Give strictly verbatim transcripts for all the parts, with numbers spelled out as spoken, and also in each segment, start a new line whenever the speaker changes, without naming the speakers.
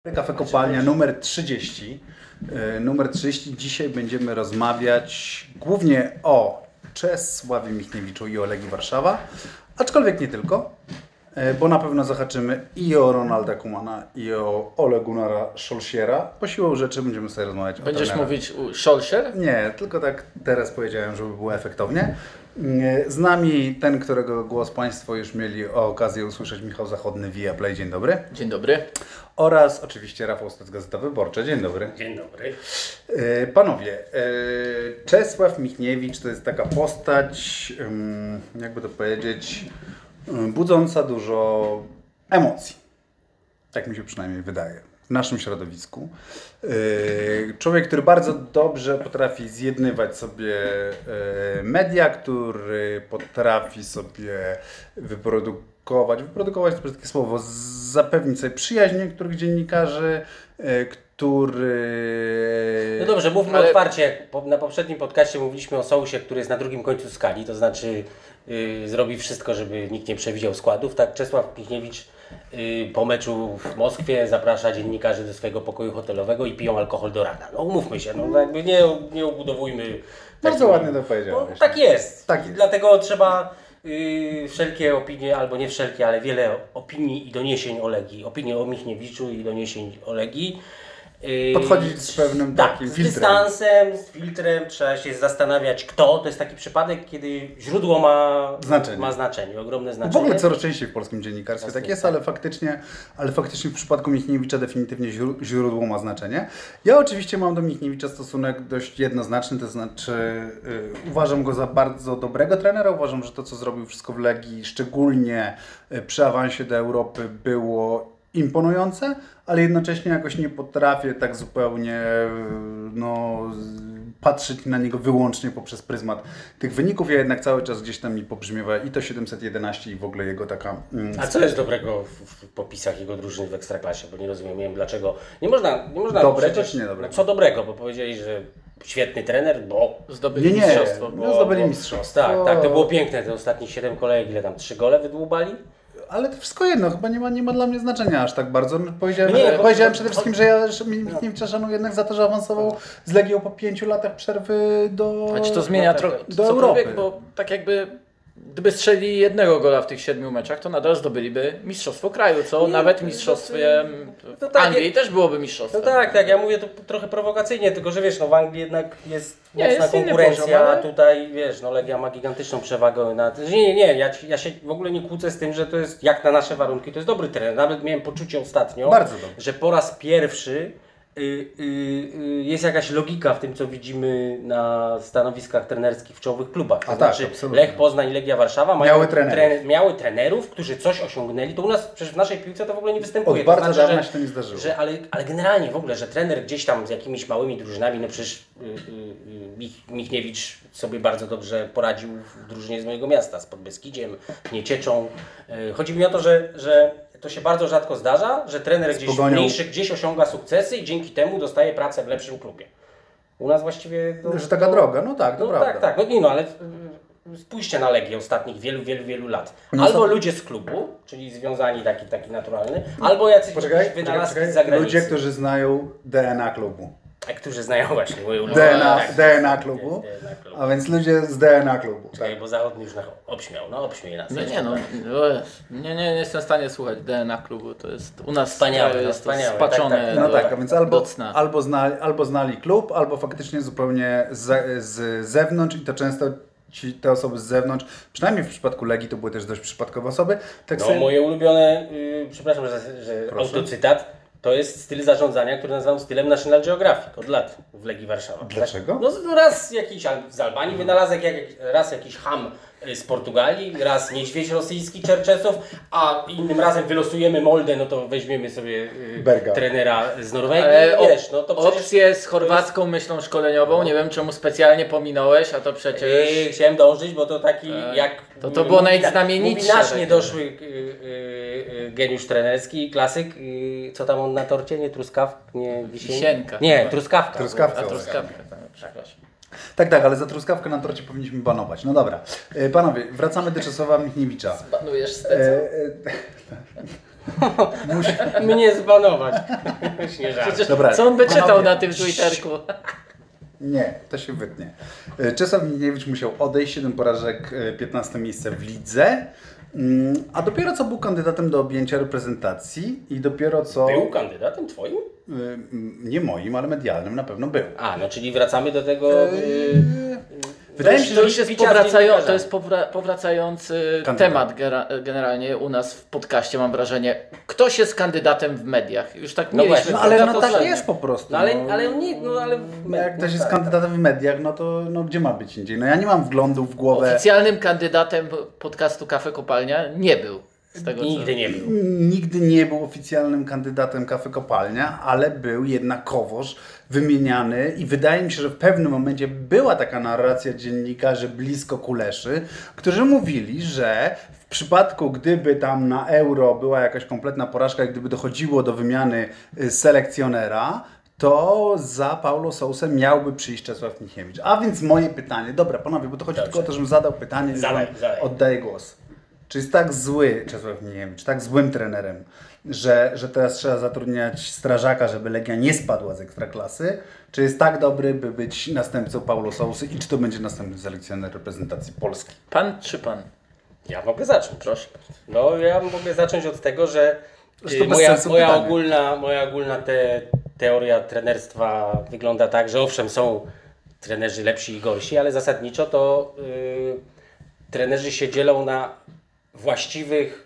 Kafe Kopalnia numer trzydzieści. Numer trzydzieści. Dzisiaj będziemy rozmawiać głównie o Czesławie Michniewiczu i o Legii Warszawa, aczkolwiek nie tylko, bo na pewno zahaczymy i o Ronalda Koemana, i o Ole Gunnara Solskjaera. Po siłą rzeczy będziemy sobie rozmawiać
Będziesz
o trenerach.
mówić Solskjaer?
Nie, tylko tak teraz powiedziałem, żeby było efektownie. Z nami ten, którego głos Państwo już mieli okazję usłyszeć, Michał Zachodny, Viaplay. Dzień dobry.
Dzień dobry.
Oraz oczywiście Rafał Stec, Gazeta Wyborcza. Dzień dobry.
Dzień dobry.
Panowie, Czesław Michniewicz to jest taka postać, jakby to powiedzieć, budząca dużo emocji. Tak mi się przynajmniej wydaje. W naszym środowisku. Człowiek, który bardzo dobrze potrafi zjednywać sobie media, który potrafi sobie wyprodukować, wyprodukować to takie słowo, zapewnić sobie przyjaźń niektórych dziennikarzy, który...
No dobrze, mówmy
Ale...
otwarcie. Na poprzednim podcaście mówiliśmy o Sousie, który jest na drugim końcu skali, to znaczy yy, zrobi wszystko, żeby nikt nie przewidział składów. Tak, Czesław Michniewicz yy, po meczu w Moskwie zaprasza dziennikarzy do swojego pokoju hotelowego i piją alkohol do rana. No umówmy się, no jakby nie, nie obudowujmy...
Bardzo
takim,
ładnie to powiedziałeś.
No, tak jest.
Tak jest.
Dlatego trzeba... Yy, wszelkie opinie, albo nie wszelkie, ale wiele opinii i doniesień o Legii, opinii o Michniewiczu i doniesień o Legii. Yy,
Podchodzić z pewnym
tak,
takim
z
filtrem.
dystansem, z filtrem, trzeba się zastanawiać kto. To jest taki przypadek, kiedy źródło ma
Znaczenie.
ma znaczenie, ogromne znaczenie.
W ogóle coraz częściej w polskim dziennikarstwie
Jasne,
tak jest,
tak.
ale faktycznie, ale faktycznie w przypadku Michniewicza definitywnie źródło ma znaczenie. Ja oczywiście mam do Michniewicza stosunek dość jednoznaczny, to znaczy yy, uważam go za bardzo dobrego trenera, uważam, że to co zrobił wszystko w Legii, szczególnie yy, przy awansie do Europy, było imponujące, ale jednocześnie jakoś nie potrafię tak zupełnie no, patrzeć na niego wyłącznie poprzez pryzmat tych wyników. Ja jednak cały czas gdzieś tam mi pobrzmiewa i to siedemset jedenaście i w ogóle jego taka... Mm,
A co jest dobrego w, w popisach jego drużyny w Ekstraklasie? Bo nie rozumiem, nie wiem dlaczego. Nie można... Nie można
Dobre
przecież,
czy nie dobrego?
No, co dobrego, bo powiedzieli, że świetny trener, bo...
Zdobyli
Nie, nie,
mistrzostwo.
no,
bo-
zdobyli
bo-
mistrzostwo.
Tak, tak, to było piękne, te ostatnie siedem kolejek, ile tam, trzy gole wydłubali?
Ale to wszystko jedno, chyba nie ma, nie ma dla mnie znaczenia aż tak bardzo. No, powiedziałem,
Nie,
że,
bo-
powiedziałem
bo-
przede
bo-
wszystkim, że ja że Michniewicza szanuję jednak za to, że awansował z Legią po pięciu latach przerwy do...
A czy to zmienia
no,
trochę
tak,
do
cokolwiek,
Europy?
bo tak jakby gdyby strzelili jednego gola w tych siedmiu meczach, to nadal zdobyliby mistrzostwo kraju, co
Nie,
nawet
to-
mistrzostwie
to
w
tak,
Anglii też byłoby
No
mistrzostwem.
tak, tak, ja mówię to trochę prowokacyjnie, tylko że wiesz, no w Anglii jednak jest
Nie,
mocna
jest inny
konkurencja,
poziom, ale-
a tutaj wiesz, no Legia ma gigantyczną przewagę nad... Nie, nie, nie, ja, ci- ja się w ogóle nie kłócę z tym, że to jest jak na nasze warunki, to jest dobry trener. Nawet miałem poczucie ostatnio,
Bardzo dobry.
że po raz pierwszy y, y, y, jest jakaś logika w tym, co widzimy na stanowiskach trenerskich w czołowych klubach. To
A tak,
znaczy
absolutnie.
Lech Poznań i Legia Warszawa mają
Miały trenerów.
tre- miały trenerów, którzy coś osiągnęli. To u nas przecież w naszej piłce to w ogóle nie występuje.
Od
To
bardzo
znaczy,
dawna
że-
się to nie zdarzyło.
że, ale, ale generalnie w ogóle, że trener gdzieś tam z jakimiś małymi drużynami, no przecież y, y, y, Mich, Michniewicz sobie bardzo dobrze poradził w drużynie z mojego miasta, z Podbeskidziem, Niecieczą. Y, chodzi mi o to, że, że to się bardzo rzadko zdarza, że trener gdzieś
Pogonią.
mniejszy gdzieś osiąga sukcesy i dzięki temu dostaje pracę w lepszym klubie. U nas właściwie... To,
Że taka droga, no tak, to
no
prawda.
tak, tak, no nie no, ale y, spójrzcie na Legię ostatnich wielu, wielu, wielu lat.
No
Albo
to-
ludzie z klubu, czyli związani taki, taki naturalny, albo jacyś
Poczekaj,
jakieś
poczekaj,
wynalazki z
poczekaj.
zagranicy.
Ludzie, którzy znają D N A klubu.
A którzy znają właśnie moje ulubione.
D N A,
tak,
D N A
tak,
klubu.
D N A klubu.
A więc ludzie z D N A klubu.
Czekaj, bo zachodni już nas obśmiał, no obśmiej nas.
No
jeszcze,
nie no,
tak.
no jest. nie, nie, nie jestem w stanie słuchać D N A klubu, to jest u nas
Wspaniałe,
to
no
jest
wspaniałe,
spaczone
tak, tak,
No
do
tak, a więc albo,
docna.
albo, znali, albo znali klub, albo faktycznie zupełnie z, z zewnątrz i to często ci, te osoby z zewnątrz, przynajmniej w przypadku Legii to były też dość przypadkowe osoby. Tak
No
sobie-
moje ulubione, yy, przepraszam, że, że
Proszę.
autocytat, to jest styl zarządzania, który nazywam stylem National Geographic od lat w Legii Warszawa.
Dlaczego?
Tak? No raz jakiś Al- z Albanii wynalazek, jak, raz jakiś ham y, z Portugalii, raz niedźwiedź rosyjski Czerczesów, a innym razem wylosujemy Moldę, no to weźmiemy sobie y,
Berga.
trenera z Norwegii.
Ale
I wiesz, no to przecież...
opcję z chorwacką myślą szkoleniową, nie wiem czemu specjalnie pominąłeś, a to przecież...
Yy, chciałem dążyć, bo to taki
Tak.
jak...
To to było
mówi-
najznamienitsze
Mówi nasz
takie.
niedoszły yy, yy, geniusz trenerski, klasyk, yy, co tam on na torcie, nie truskawka, nie wisienka?
Wisienka.
Nie, truskawka.
Truskawka.
A truskawka, tak, przepraszam.
Tak, tak, ale za truskawkę na torcie powinniśmy banować. No dobra. E, Panowie, wracamy do Czesława Michniewicza.
Banujesz
E,
Steca.
e, musi...
Mnie zbanować. Śnieżarka.
Przecież
Dobra,
co on by czytał
panowie.
na tym Twitterku?
Nie, to się wytnie. Czesław Michniewicz musiał odejść, siedem porażek, piętnaste miejsce w lidze, mm, a dopiero co był kandydatem do objęcia reprezentacji i dopiero co...
Był kandydatem twoim?
Y, nie moim, ale medialnym na pewno był.
A, no czyli wracamy do tego... Yy,
Wydaje mi
To,
się,
to
że
już jest,
picia z
powracają,
dziennikarzami.
to jest powra, powracający
Kandydat.
temat gera- generalnie u nas w podcaście, mam wrażenie. Ktoś jest kandydatem w mediach? Już tak
No
mieliśmy.
właśnie,
No ale
to
no
to
tak
co?
jest po prostu.
No ale,
no.
ale nie, no ale... w
No, jak
no
ktoś jest
tak.
kandydatem w mediach, no to no, gdzie ma być indziej? No ja nie mam wglądu w głowę.
Oficjalnym kandydatem podcastu Kafe Kopalnia nie był. Z tego, co...
Nigdy nie był.
Nigdy nie był oficjalnym kandydatem Kafe Kopalnia, ale był jednakowoż wymieniany i wydaje mi się, że w pewnym momencie była taka narracja dziennikarzy blisko Kuleszy, którzy mówili, że w przypadku gdyby tam na Euro była jakaś kompletna porażka, gdyby dochodziło do wymiany y, selekcjonera, to za Paulo Sousę miałby przyjść Czesław Michniewicz. A więc moje pytanie, dobra panowie, bo to chodzi
Dobrze.
tylko o to, żebym zadał pytanie i
Zadaj,
wam
zadaj.
oddaję głos. Czy jest tak zły Czesław Michniewicz, tak złym trenerem, że, że teraz trzeba zatrudniać strażaka, żeby Legia nie spadła z Ekstraklasy? Czy jest tak dobry, by być następcą Paulo Sousy i czy to będzie następny selekcjoner reprezentacji Polski?
Pan czy pan?
Ja mogę zacząć.
Proszę.
No ja mogę zacząć od tego, że
Że to
y,
bez
moja,
sensu
moja
pytanie.
ogólna, moja ogólna te, teoria trenerstwa wygląda tak, że owszem są trenerzy lepsi i gorsi, ale zasadniczo to y, trenerzy się dzielą na właściwych,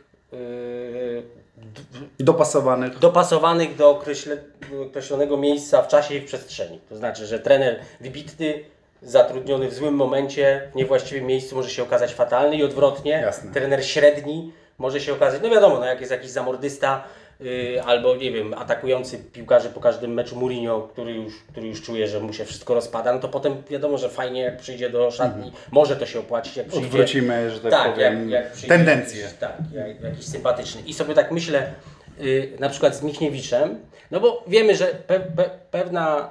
y,
Dopasowanych.
dopasowanych do określe, określonego miejsca w czasie i w przestrzeni. To znaczy, że trener wybitny, zatrudniony w złym momencie, w niewłaściwym miejscu może się okazać fatalny i odwrotnie.
Jasne.
Trener średni może się okazać, no wiadomo, no jak jest jakiś zamordysta yy, albo nie wiem, atakujący piłkarzy po każdym meczu Mourinho, który już, który już czuje, że mu się wszystko rozpada, no to potem wiadomo, że fajnie jak przyjdzie do szatni, może to się opłacić, jak przyjdzie...
Odwrócimy, że tak,
Tak,
powiem,
jak, jak przyjdzie
tendencje.
Jakiś, tak, jak, jakiś sympatyczny. I sobie tak myślę, y, na przykład z Michniewiczem, no bo wiemy, że pe, pe, pewna,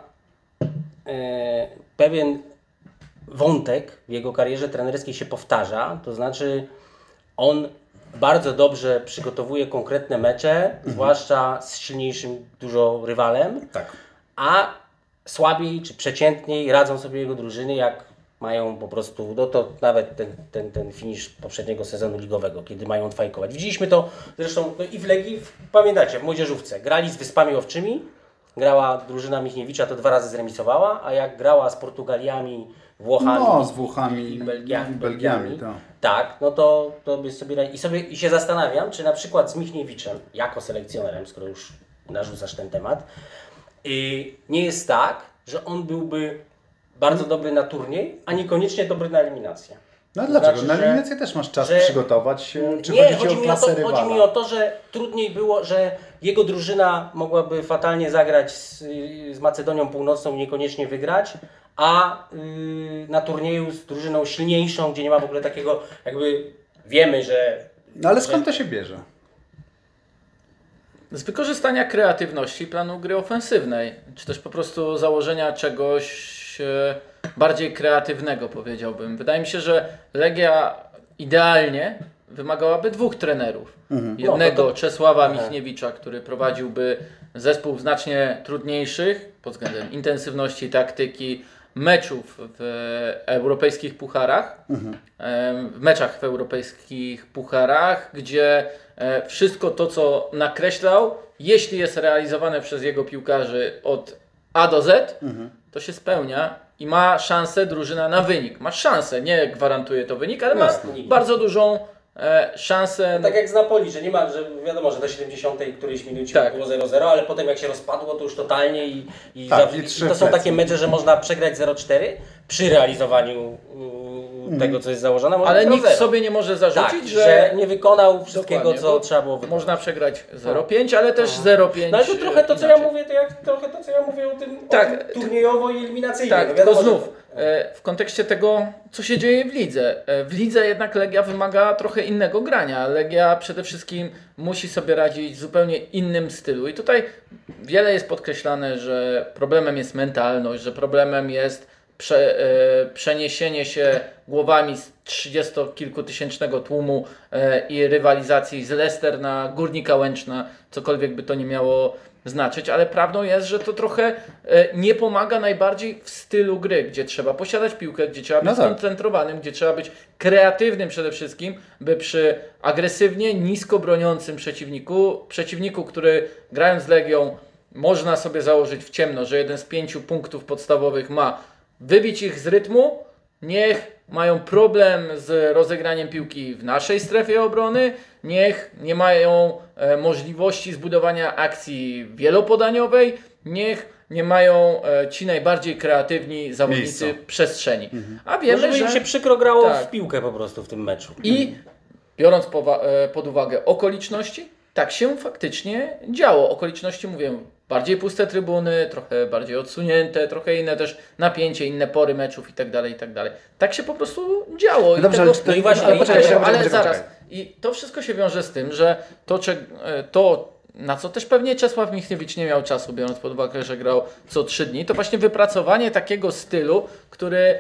e, pewien wątek w jego karierze trenerskiej się powtarza, to znaczy on bardzo dobrze przygotowuje konkretne mecze,
Mhm.
zwłaszcza z silniejszym dużo rywalem,
Tak.
a słabiej czy przeciętniej radzą sobie jego drużyny, jak mają po prostu, no to nawet ten, ten, ten finisz poprzedniego sezonu ligowego, kiedy mają odfajkować. Widzieliśmy to zresztą no i w Legii, w, pamiętacie, w Młodzieżówce. Grali z Wyspami Owczymi, grała drużyna Michniewicza, to dwa razy zremisowała, a jak grała z Portugaliami, Włochami,
No, z Włochami
i Belgiami,
i Belgiami, to.
tak, no to, to by sobie radzi- i sobie i się zastanawiam, czy na przykład z Michniewiczem, jako selekcjonerem, skoro już narzucasz ten temat, yy, nie jest tak, że on byłby bardzo dobry na turniej, a niekoniecznie dobry na eliminację.
No
To
dlaczego?
znaczy,
Na
że-
eliminację też masz czas
że-
przygotować się. Czy
nie,
chodzi ci
chodzi
o
mi o, to,
klasę rywala?
chodzi mi o to, że trudniej było, że jego drużyna mogłaby fatalnie zagrać z, z Macedonią Północną i niekoniecznie wygrać, a yy, na turnieju z drużyną silniejszą, gdzie nie ma w ogóle takiego, jakby wiemy, że...
No ale skąd to się bierze?
Z wykorzystania kreatywności planu gry ofensywnej, czy też po prostu założenia czegoś e, bardziej kreatywnego, powiedziałbym. Wydaje mi się, że Legia idealnie wymagałaby dwóch trenerów. Jednego,
No, to- to-
Czesława
Aha.
Michniewicza, który prowadziłby zespół znacznie trudniejszych pod względem intensywności taktyki meczów w europejskich pucharach, em, w meczach w europejskich pucharach, gdzie e, wszystko to, co nakreślał, jeśli jest realizowane przez jego piłkarzy od A do Z, to się spełnia i ma szansę drużyna na wynik. Ma szansę, nie gwarantuje to wynik, ale ma
Jasne.
bardzo dużą e, szansę.
Tak jak z Napoli, że nie ma, że wiadomo, że do siedemdziesiątej którejś minucie
Tak.
było zero zero, ale potem jak się rozpadło, to już totalnie i, i,
Tak,
za,
i
i
trzy
to są
w
takie
plecy.
mecze, że można przegrać zero cztery przy realizowaniu yy, tego, co jest założone. Można
Ale
zero
nikt
zero.
sobie nie może zarzucić,
tak,
że,
że nie wykonał wszystkiego,
Dokładnie,
co
bo
trzeba było wykonać.
można przegrać zero pięć, ale też zero pięć.
No ale to trochę to, co ja mówię, to jak trochę to, co ja mówię o tym,
Tak,
o tym turniejowo i eliminacyjnie.
Tak,
no
tylko
wiadomo,
znów
że-
e, w kontekście tego, co się dzieje w lidze. E, W lidze jednak Legia wymaga trochę innego grania. Legia przede wszystkim musi sobie radzić w zupełnie innym stylu. I tutaj wiele jest podkreślane, że problemem jest mentalność, że problemem jest prze, e, przeniesienie się głowami z trzydziestokilkutysięcznego tłumu e, i rywalizacji z Leicester na Górnika Łęczna, cokolwiek by to nie miało znaczyć, ale prawdą jest, że to trochę e, nie pomaga najbardziej w stylu gry, gdzie trzeba posiadać piłkę, gdzie trzeba być
No tak.
skoncentrowanym, gdzie trzeba być kreatywnym przede wszystkim, by przy agresywnie nisko broniącym przeciwniku, przeciwniku, który grając z Legią można sobie założyć w ciemno, że jeden z pięciu punktów podstawowych ma wybić ich z rytmu, niech mają problem z rozegraniem piłki w naszej strefie obrony, niech nie mają e, możliwości zbudowania akcji wielopodaniowej, niech nie mają e, ci najbardziej kreatywni zawodnicy
Miejsca.
przestrzeni.
Mhm.
A wiemy,
Żeby
że...
im się przykro grało
Tak.
w piłkę po prostu w tym meczu.
I biorąc powa- e, pod uwagę okoliczności, tak się faktycznie działo. Okoliczności, mówię, bardziej puste trybuny, trochę bardziej odsunięte, trochę inne też napięcie, inne pory meczów i tak dalej, i tak dalej. Tak się po prostu działo.
No dobrze,
I
ale
tego,
czy to-
no i właśnie,
ale,
poczekaj,
ale,
poczekaj,
ale
poczekaj,
zaraz.
poczekaj.
I to wszystko się wiąże z tym, że to, cze- to na co też pewnie Czesław Michniewicz nie miał czasu, biorąc pod uwagę, że grał co trzy dni, to właśnie wypracowanie takiego stylu, który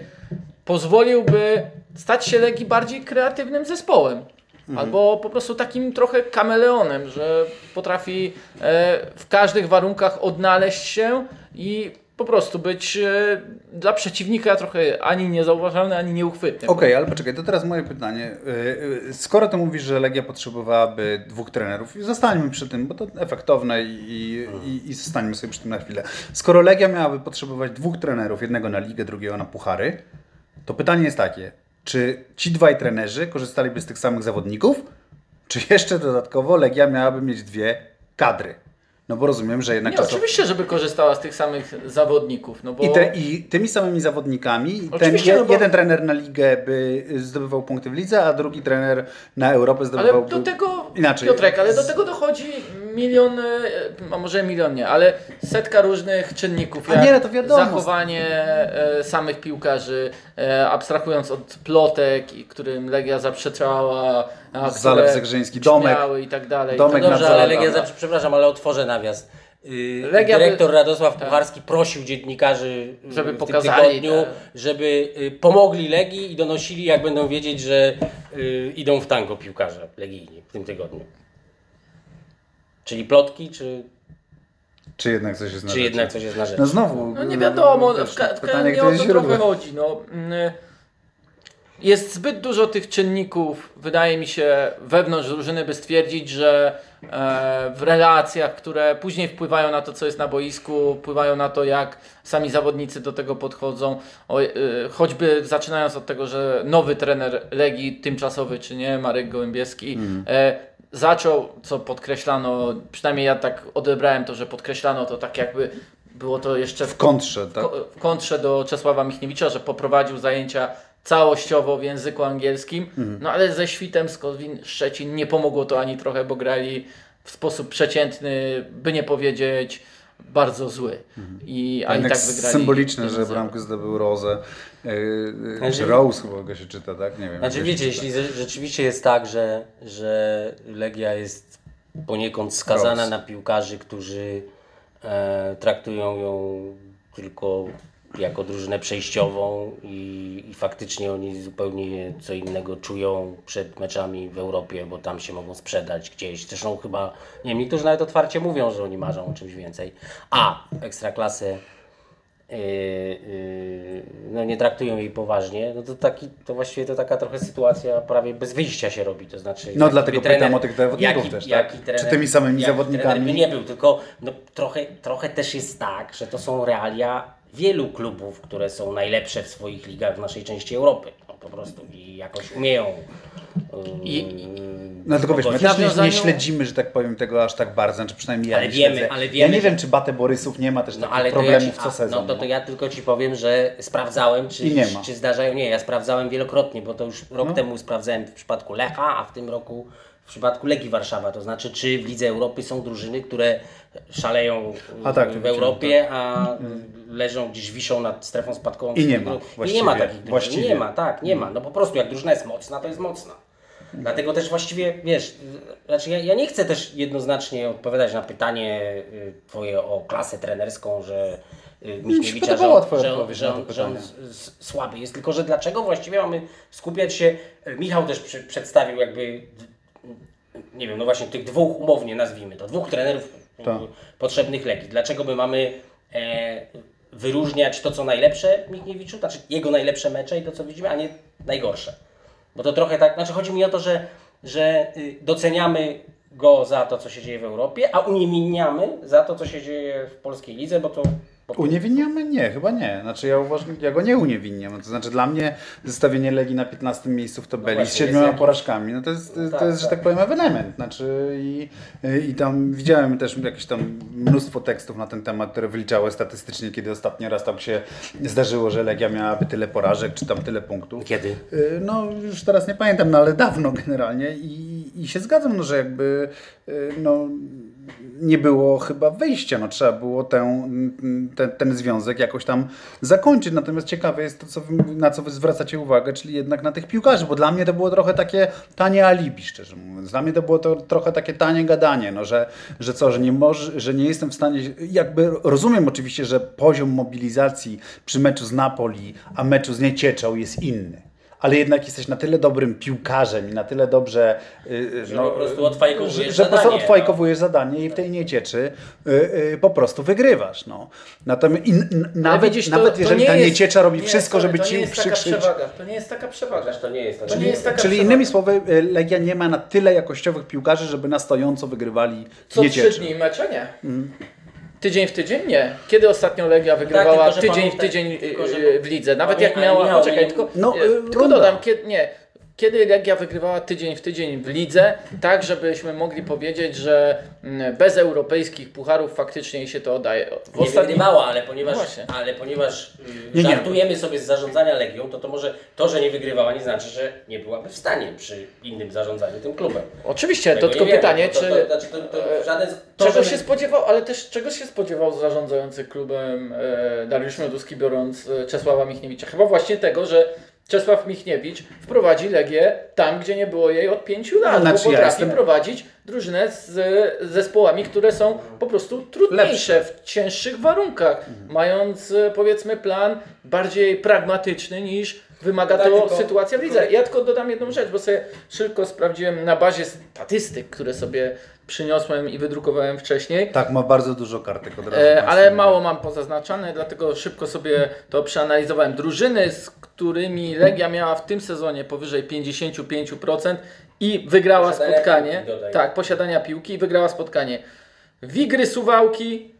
pozwoliłby stać się Legii bardziej kreatywnym zespołem.
Mhm.
Albo po prostu takim trochę kameleonem, że potrafi e, w każdych warunkach odnaleźć się i po prostu być e, dla przeciwnika trochę ani niezauważalny, ani nieuchwytny.
Okej, ale poczekaj, to teraz moje pytanie. Yy, yy, Skoro ty mówisz, że Legia potrzebowałaby dwóch trenerów, i zostańmy przy tym, bo to efektowne i, i, i zostańmy sobie przy tym na chwilę. Skoro Legia miałaby potrzebować dwóch trenerów, jednego na ligę, drugiego na puchary, to pytanie jest takie, czy ci dwaj trenerzy korzystaliby z tych samych zawodników, czy jeszcze dodatkowo Legia miałaby mieć dwie kadry? No bo rozumiem, że jednak
Nie,
czasowo...
oczywiście, żeby korzystała z tych samych zawodników, no bo...
I, te, I tymi samymi zawodnikami, ten
Oczywiście,
je,
no bo-
jeden trener na ligę by zdobywał punkty w lidze, a drugi trener na Europę zdobywał...
Ale do tego,
inaczej.
Piotrek, ale do tego dochodzi milion, e, a może milion nie, ale setka różnych czynników,
A
jak
nie, no to wiadomo.
zachowanie e, samych piłkarzy, e, abstrahując od plotek, i którym Legia zaprzeczała, a
Zalew
które
Zegrzyński, Domek.
brzmiały i tak dalej.
Domek
To
na
Dobrze,
co-
ale Legia,
Dobra.
za, przepraszam, ale otworzę nawias. Yy,
Legia by-
dyrektor Radosław
tak.
Pucharski prosił dziennikarzy yy,
Żeby
w
pokazali,
tym tygodniu,
tak.
żeby yy, pomogli Legii i donosili, jak będą wiedzieć, że yy, idą w tango piłkarze legijni w tym tygodniu. Czyli plotki, czy,
Czy jednak coś jest na
czy
rzeczy?
jednak coś jest na rzeczy?
No znowu...
No nie wiadomo,
wiesz,
w ka- w ka-
pytanie,
nie
kto
o
jest
to trochę
źródłem.
chodzi. No. Mm, Jest zbyt dużo tych czynników, wydaje mi się, wewnątrz drużyny, by stwierdzić, że e, w relacjach, które później wpływają na to, co jest na boisku, wpływają na to, jak sami zawodnicy do tego podchodzą, o, e, choćby zaczynając od tego, że nowy trener Legii, tymczasowy czy nie, Marek Gołębieski, e, zaczął, co podkreślano, przynajmniej ja tak odebrałem to, że podkreślano to tak jakby było to jeszcze
W kontrze, tak?
ko- w kontrze do Czesława Michniewicza, że poprowadził zajęcia całościowo w języku angielskim, no ale ze Świtem z Kowin Szczecin nie pomogło to ani trochę, bo grali w sposób przeciętny, by nie powiedzieć bardzo zły. I, a i
Jednak
tak wygrali.
symboliczne,
jeden
że
zero.
bramkę zdobył Rose. Yy, yy,
Znaczy-
czy Rose chyba go się czyta, tak? Nie wiem.
Znaczy
jak go się
wiecie,
czyta.
jeśli ze- rzeczywiście jest tak, że, że Legia jest poniekąd skazana
Rose.
na piłkarzy, którzy e, traktują ją tylko jako drużynę przejściową i, i faktycznie oni zupełnie co innego czują przed meczami w Europie, bo tam się mogą sprzedać gdzieś. Zresztą chyba, nie wiem, niektórzy nawet otwarcie mówią, że oni marzą o czymś więcej. A Ekstraklasę Yy, yy, no nie traktują jej poważnie, no to taki, to właściwie to taka trochę sytuacja prawie bez wyjścia się robi, to znaczy...
No
jaki
dlatego
by
pytam o tych zawodników
jaki,
też, tak?
jaki
Czy
trener,
tymi samymi
jaki
zawodnikami?
trener by nie był, tylko no, trochę, trochę też jest tak, że to są realia wielu klubów, które są najlepsze w swoich ligach w naszej części Europy, no, po prostu i jakoś umieją... Yy,
I-
No tylko wiesz, my
W
też nie, nie
nawiązaniu-
śledzimy, że tak powiem, tego aż tak bardzo, znaczy przynajmniej ja
Ale
nie
wiemy,
śledzę.
ale
Ja
wiemy,
nie
że-
wiem, czy Batę Borysów nie ma też
No
takich
ale to ja
problemów
ci,
co
a,
sezon.
no to, to ja tylko Ci powiem, że sprawdzałem, czy,
I nie ma.
czy zdarzają. Nie, ja sprawdzałem wielokrotnie, bo to już rok
No.
temu sprawdzałem w przypadku Lecha, a w tym roku w przypadku Legii Warszawa. To znaczy, czy w Lidze Europy są drużyny, które szaleją
A tak, to
w
widziałem,
Europie, a leżą gdzieś, wiszą nad strefą spadkową.
I nie ma
I nie
właściwie,
ma takich drużyn.
właściwie.
Nie ma, tak, nie ma. No po prostu jak drużyna jest mocna, to jest mocna. Dlatego też właściwie, wiesz, znaczy ja, ja nie chcę też jednoznacznie odpowiadać na pytanie y, twoje o klasę trenerską, że y, Michniewicza, że, on- że, on- że, on- że on s- s- słaby jest, tylko że dlaczego właściwie mamy skupiać się, y, Michał też przy, przedstawił jakby, nie wiem, no właśnie tych dwóch umownie nazwijmy to, dwóch trenerów y,
Tak.
potrzebnych Legii. Dlaczego my mamy e, wyróżniać to, co najlepsze w Michniewiczu, znaczy jego najlepsze mecze i to, co widzimy, a nie najgorsze. Bo to trochę tak, znaczy chodzi mi o to, że, że y, doceniamy go za to, co się dzieje w Europie, a uniewinniamy za to, co się dzieje w polskiej lidze, bo to... Bo
Uniewinniamy? Nie, chyba nie. Znaczy ja uważam, ja go nie uniewinniam. To znaczy dla mnie zestawienie Legii na piętnastym miejscu w tabeli
właśnie,
z siedmioma
jest jakiś-
porażkami, no to jest,
No
to
tak,
jest, że
tak.
tak powiem, ewenement. Znaczy i, i tam widziałem też jakieś tam mnóstwo tekstów na ten temat, które wyliczały statystycznie, kiedy ostatni raz tam się zdarzyło, że Legia miałaby tyle porażek, czy tam tyle punktów.
Kiedy?
Y, No już teraz nie pamiętam, no ale dawno generalnie i, i się zgadzam, no, że jakby y, no, nie było chyba wyjścia, no trzeba było tę, ten, ten związek jakoś tam zakończyć, natomiast ciekawe jest to, co wy, na co wy zwracacie uwagę, czyli jednak na tych piłkarzy, bo dla mnie to było trochę takie tanie alibi, szczerze mówiąc, dla mnie to było to trochę takie tanie gadanie, no, że, że co, że nie, może, że nie jestem w stanie, jakby rozumiem oczywiście, że poziom mobilizacji przy meczu z Napoli, a meczu z Niecieczą jest inny. Ale jednak jesteś na tyle dobrym piłkarzem i na tyle dobrze, yy,
Że po prostu odfajkowujesz
że, że po prostu
zadanie,
odfajkowujesz zadanie i w tej Niecieczy yy, yy, po prostu wygrywasz. No. Natomiast in, n, nawet,
widzisz, to-
nawet
to
jeżeli
nie
ta
jest-
Nieciecza robi
nie,
wszystko,
sorry,
żeby
to
ci
nie jest taka
przykrzyć.
przewaga. To nie jest taka przewaga.
Chociaż to nie jest...
To nie jest taka
Czyli
przewaga.
innymi słowy, yy, Legia nie ma na tyle jakościowych piłkarzy, żeby na stojąco wygrywali
Co
Niecieczę.
trzy dni mecze? Nie. Tydzień w tydzień? Nie. Kiedy ostatnio Legia wygrywała
Tak, tylko, że
tydzień w
pamiętaj-
tydzień
tylko, że-
yy, w lidze? Nawet
Ale
jak
nie,
miała...
ale Michał,
Poczekaj,
nie-
tylko,
No,
nie,
yy,
tylko
runda.
dodam, kiedy, nie. Kiedy Legia wygrywała tydzień w tydzień w lidze, tak żebyśmy mogli powiedzieć, że mm, bez europejskich pucharów faktycznie jej się to oddaje. W
Nie
ostatnim-
wygrywała, ale ponieważ,
No właśnie.
ale ponieważ
Nie,
yy,
nie.
żartujemy sobie z zarządzania Legią, to to może to, że nie wygrywała, nie znaczy, że nie byłaby w stanie przy innym zarządzaniu tym klubem.
Oczywiście, to
Tego
tylko
nie wiemy,
pytanie,
bo to,
czy...
To, to, znaczy to, to, to żaden, to,
Czego
że
się spodziewał, ale też czego się spodziewał zarządzający klubem e, Dariusz Mioduski, biorąc e, Czesława Michniewicza? Chyba właśnie tego, że Czesław Michniewicz wprowadzi Legię tam, gdzie nie było jej od pięciu lat,
Znaczy,
bo
ja
potrafi
jestem-
prowadzić drużynę z z zespołami, które są po prostu trudniejsze,
Lepsze.
w cięższych warunkach, mając e, powiedzmy plan bardziej pragmatyczny niż wymaga
Tak,
to
tylko-
sytuacja w lidze. Ja tylko dodam jedną rzecz, bo sobie szybko sprawdziłem na bazie statystyk, które sobie przyniosłem i wydrukowałem wcześniej.
Tak, ma bardzo dużo kartek od razu.
E,
Państwu
ale
mówię.
mało mam pozaznaczane, dlatego szybko sobie to przeanalizowałem. Drużyny, z którymi Legia miała w tym sezonie powyżej pięćdziesiąt pięć procent i wygrała
Posiadania
spotkanie.
piłki, dodaj.
Tak, posiadania piłki i wygrała spotkanie. Wigry Suwałki,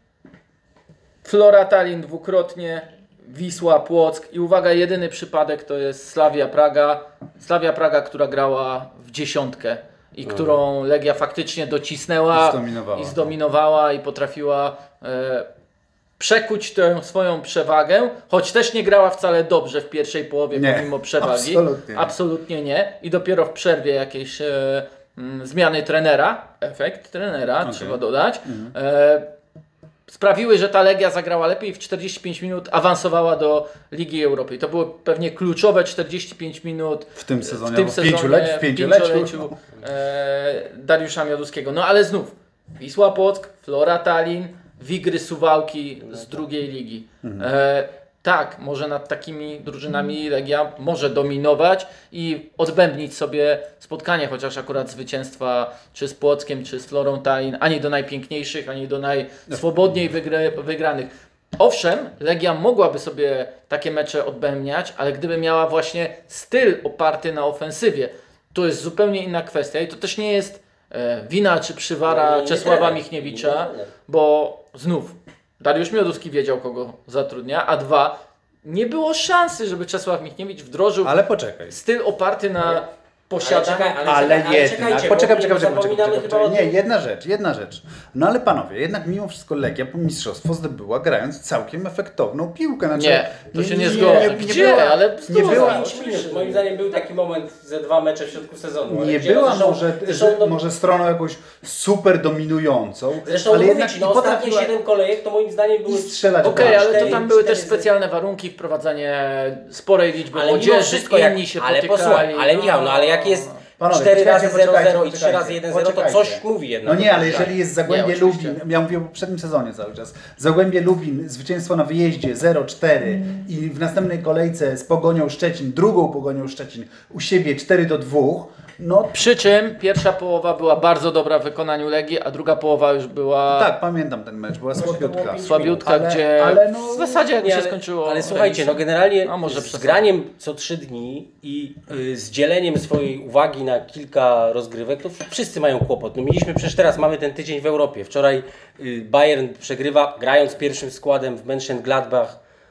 Flora Tallinn dwukrotnie, Wisła Płock i uwaga, jedyny przypadek to jest Slavia Praga. Slavia Praga, która grała w dziesiątkę i którą Legia faktycznie docisnęła
I zdominowała.
i, zdominowała i potrafiła e, przekuć tę swoją przewagę, choć też nie grała wcale dobrze w pierwszej połowie
Nie,
pomimo przewagi.
absolutnie nie.
Absolutnie nie. I dopiero w przerwie jakiejś e, mm, zmiany trenera, efekt trenera
Okej.
trzeba dodać, e, sprawiły, że ta Legia zagrała lepiej i w czterdzieści pięć minut awansowała do Ligi Europy. I to było pewnie kluczowe czterdzieści pięć minut
W tym sezonie,
w tym
albo w
sezonie,
pięcioleciu- w
w
pięcioleciu.
pięcioleciu e, Dariusza Mioduskiego. No ale znów Wisła Płock, Flora Tallinn, Wigry Suwałki z drugiej ligi. E, tak, może nad takimi drużynami Legia może dominować i odbębnić sobie spotkanie, chociaż akurat zwycięstwa czy z Płockiem, czy z Florą Tallinn, ani do najpiękniejszych, ani do najswobodniej wygry, wygranych. Owszem, Legia mogłaby sobie takie mecze odbębniać, ale gdyby miała właśnie styl oparty na ofensywie, to jest zupełnie inna kwestia i to też nie jest e, wina czy przywara
No, nie
Czesława
trener,
Michniewicza,
nie trener.
bo znów Dariusz Mioduski wiedział, kogo zatrudnia, a dwa, nie było szansy, żeby Czesław Michniewicz wdrożył
Ale poczekaj.
styl oparty na
Ale
posiadaniu.
czekaj, ale,
Ale
czekaj, ale
jednak,
czekajcie,
poczekaj,
bo
poczekaj, poczekaj, poczekaj,
zapominamy
poczekaj,
chyba o
poczekaj.
tym-
Nie, jedna rzecz, jedna rzecz. No ale panowie, jednak mimo wszystko Legia po mistrzostwo zdobyła grając całkiem efektowną piłkę. Znaczy,
Nie, to się nie zgodzi. Gdzie?
była,
Ale
nie
bzdura.
była,
pięć minut. Moim zdaniem był taki moment ze dwa mecze w środku sezonu. ale
nie
gdzie-
była
zresztą-
może,
zresztą,
że,
no,
może stroną jakąś super dominującą,
Zresztą
ale
mówię
jednak
ci,
i
no ostatnie
potrafiła
siedem kolejek to moim zdaniem były...
i strzelać.
Okej,
bramki.
ale to
cztery-
tam były też
cztery-
specjalne warunki, wprowadzenie sporej liczby
Ale mimo
młodzieży,
wszystko, jak,
inni się
ale
potykali.
posłuchaj, ale Michał, no ale jak jest,
Panowie,
cztery
poczekajcie,
razy zero zero
poczekajcie,
i trzy razy jeden zero, to
poczekajcie.
coś mówi jednak.
No nie, ale jeżeli jest Zagłębie
Nie, oczywiście.
Lubin, ja mówię o poprzednim sezonie cały czas, Zagłębie Lubin, zwycięstwo na wyjeździe zero cztery i w następnej kolejce z Pogonią Szczecin, drugą Pogonią Szczecin u siebie cztery do dwóch, no
Przy czym pierwsza połowa była bardzo dobra w wykonaniu Legii, a druga połowa już była
tak, pamiętam ten mecz, była
Właśnie to było
słabiutka.
pięć
słabiutka,
Ale-
gdzie
ale no-
w zasadzie jak
Nie,
się
ale,
skończyło.
ale słuchajcie, no generalnie
A może
z
przesadzam.
graniem co trzy dni i y, z dzieleniem swojej uwagi na kilka rozgrywek, to wszyscy mają kłopot. No mieliśmy przecież teraz, mamy ten tydzień w Europie. Wczoraj y, Bayern przegrywa, grając pierwszym składem w Mönchengladbach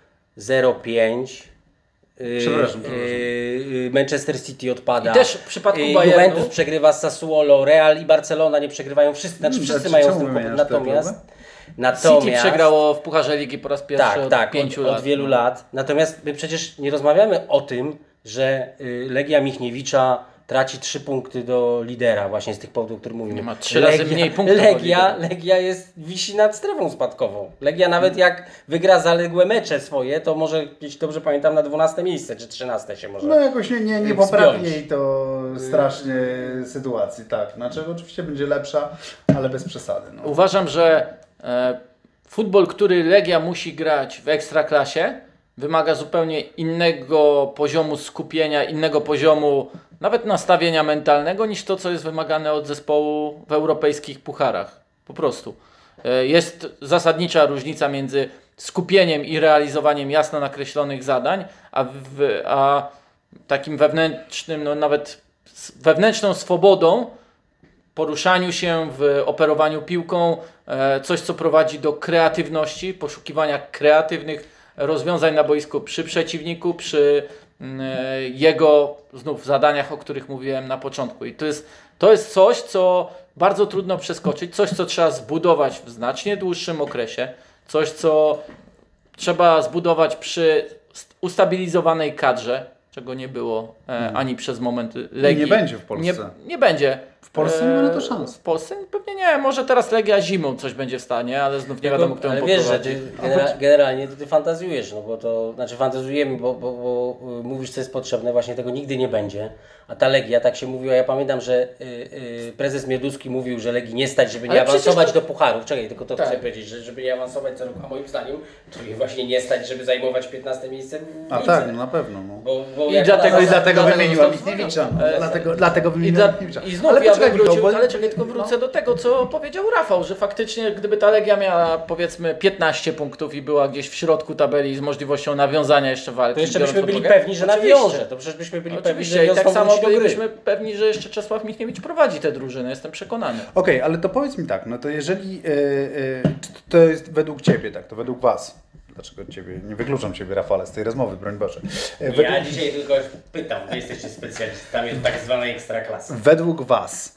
zero pięć. Y,
Przepraszam,
y,
przepraszam.
y, Manchester City odpada.
I też w przypadku
Y,
Bayernu-
Juventus przegrywa z Sassuolo, Real i Barcelona nie przegrywają. Wszyscy, znaczy
Hmm,
wszyscy
znaczy,
mają z
czemu
tym kłopot.
wymieniasz te
Natomiast,
kluby?
natomiast
City przegrało w Pucharze Ligi po raz pierwszy
tak,
od
tak,
pięciu
od,
lat.
od wielu lat. Natomiast my przecież nie rozmawiamy o tym, że y, Legia Michniewicza traci trzy punkty do lidera właśnie z tych powodów, o których mówimy.
Nie ma trzy razy mniej punktów od
Legia,
lidera.
Legia jest, wisi nad strefą spadkową. Legia nawet jak wygra zaległe mecze swoje, to może, jeśli dobrze pamiętam, na dwunaste miejsce czy trzynaste się może.
No jakoś nie, nie, nie
Wspiąć.
poprawi jej to strasznie sytuacji, tak. Znaczy oczywiście będzie lepsza, ale bez przesady. No.
Uważam, że e, futbol, który Legia musi grać w ekstraklasie, wymaga zupełnie innego poziomu skupienia, innego poziomu nawet nastawienia mentalnego niż to, co jest wymagane od zespołu w europejskich pucharach. Po prostu. E, Jest zasadnicza różnica między skupieniem i realizowaniem jasno nakreślonych zadań, a, w, a takim wewnętrznym, no nawet s- wewnętrzną swobodą poruszaniu się, w operowaniu piłką, e, coś co prowadzi do kreatywności, poszukiwania kreatywnych rozwiązań na boisku przy przeciwniku, przy mm, e, jego znów zadaniach, o których mówiłem na początku. I to jest, to jest coś, co bardzo trudno przeskoczyć, coś, co trzeba zbudować w znacznie dłuższym okresie, coś, co trzeba zbudować przy st- ustabilizowanej kadrze, czego nie było e, ani przez moment Legii.
nie będzie w Polsce.
Nie, nie będzie.
W Polsce nie ma na to szans.
W Polsce pewnie nie, może teraz Legia zimą coś będzie w stanie, ale znów nie wiadomo, kto ją
Ale wiesz, że
poprowadzi.
ty genera- generalnie to ty fantazjujesz, no bo to, znaczy fantazjujemy, bo, bo, bo y, mówisz, co jest potrzebne, właśnie tego nigdy nie będzie. A ta Legia, tak się mówiło, ja pamiętam, że y, y, prezes Mioduski mówił, że Legii nie stać, żeby nie
Ale przecież
awansować
to-
do pucharów. Czekaj, tylko to
Tak.
chcę powiedzieć, że żeby nie awansować co roku, a moim zdaniem to jej właśnie nie stać, żeby zajmować piętnaste miejsce w
A
lidze.
tak, no na pewno. No.
Bo, bo
I
jak
dlatego-
No i
na-
dlatego
dlatego
wymieniła
został
Michniewicza.
zwolniony.
No. Dlatego, dlatego
I,
wymieniła
dla,
Michniewicza.
I znów
Ale
ja
poczekaj,
bym wrócił,
Michał, bo-
ale czekaj, tylko wrócę do tego, co powiedział Rafał, że faktycznie gdyby ta Legia miała powiedzmy piętnaście punktów i była gdzieś w środku tabeli z możliwością nawiązania jeszcze walki.
To jeszcze
biorąc
byśmy
pod
byli
uwagę-
pewni, że
Oczywiście.
nawiąże. To przecież byśmy byli pewni, że
Oczywiście i tak
wiosną
samo
wróci do gry.
byliśmy pewni, że jeszcze Czesław Michniewicz prowadzi tę drużynę, jestem przekonany.
Okej, ale to powiedz mi tak, no to jeżeli, yy, yy, czy to jest według Ciebie, tak, to według Was, dlaczego Ciebie, nie wykluczam Ciebie Rafale z tej rozmowy, broń Boże. Yy, według,
Ja dzisiaj tylko pytam, wy jesteście specjalistami od tak zwanej ekstraklasy.
według Was,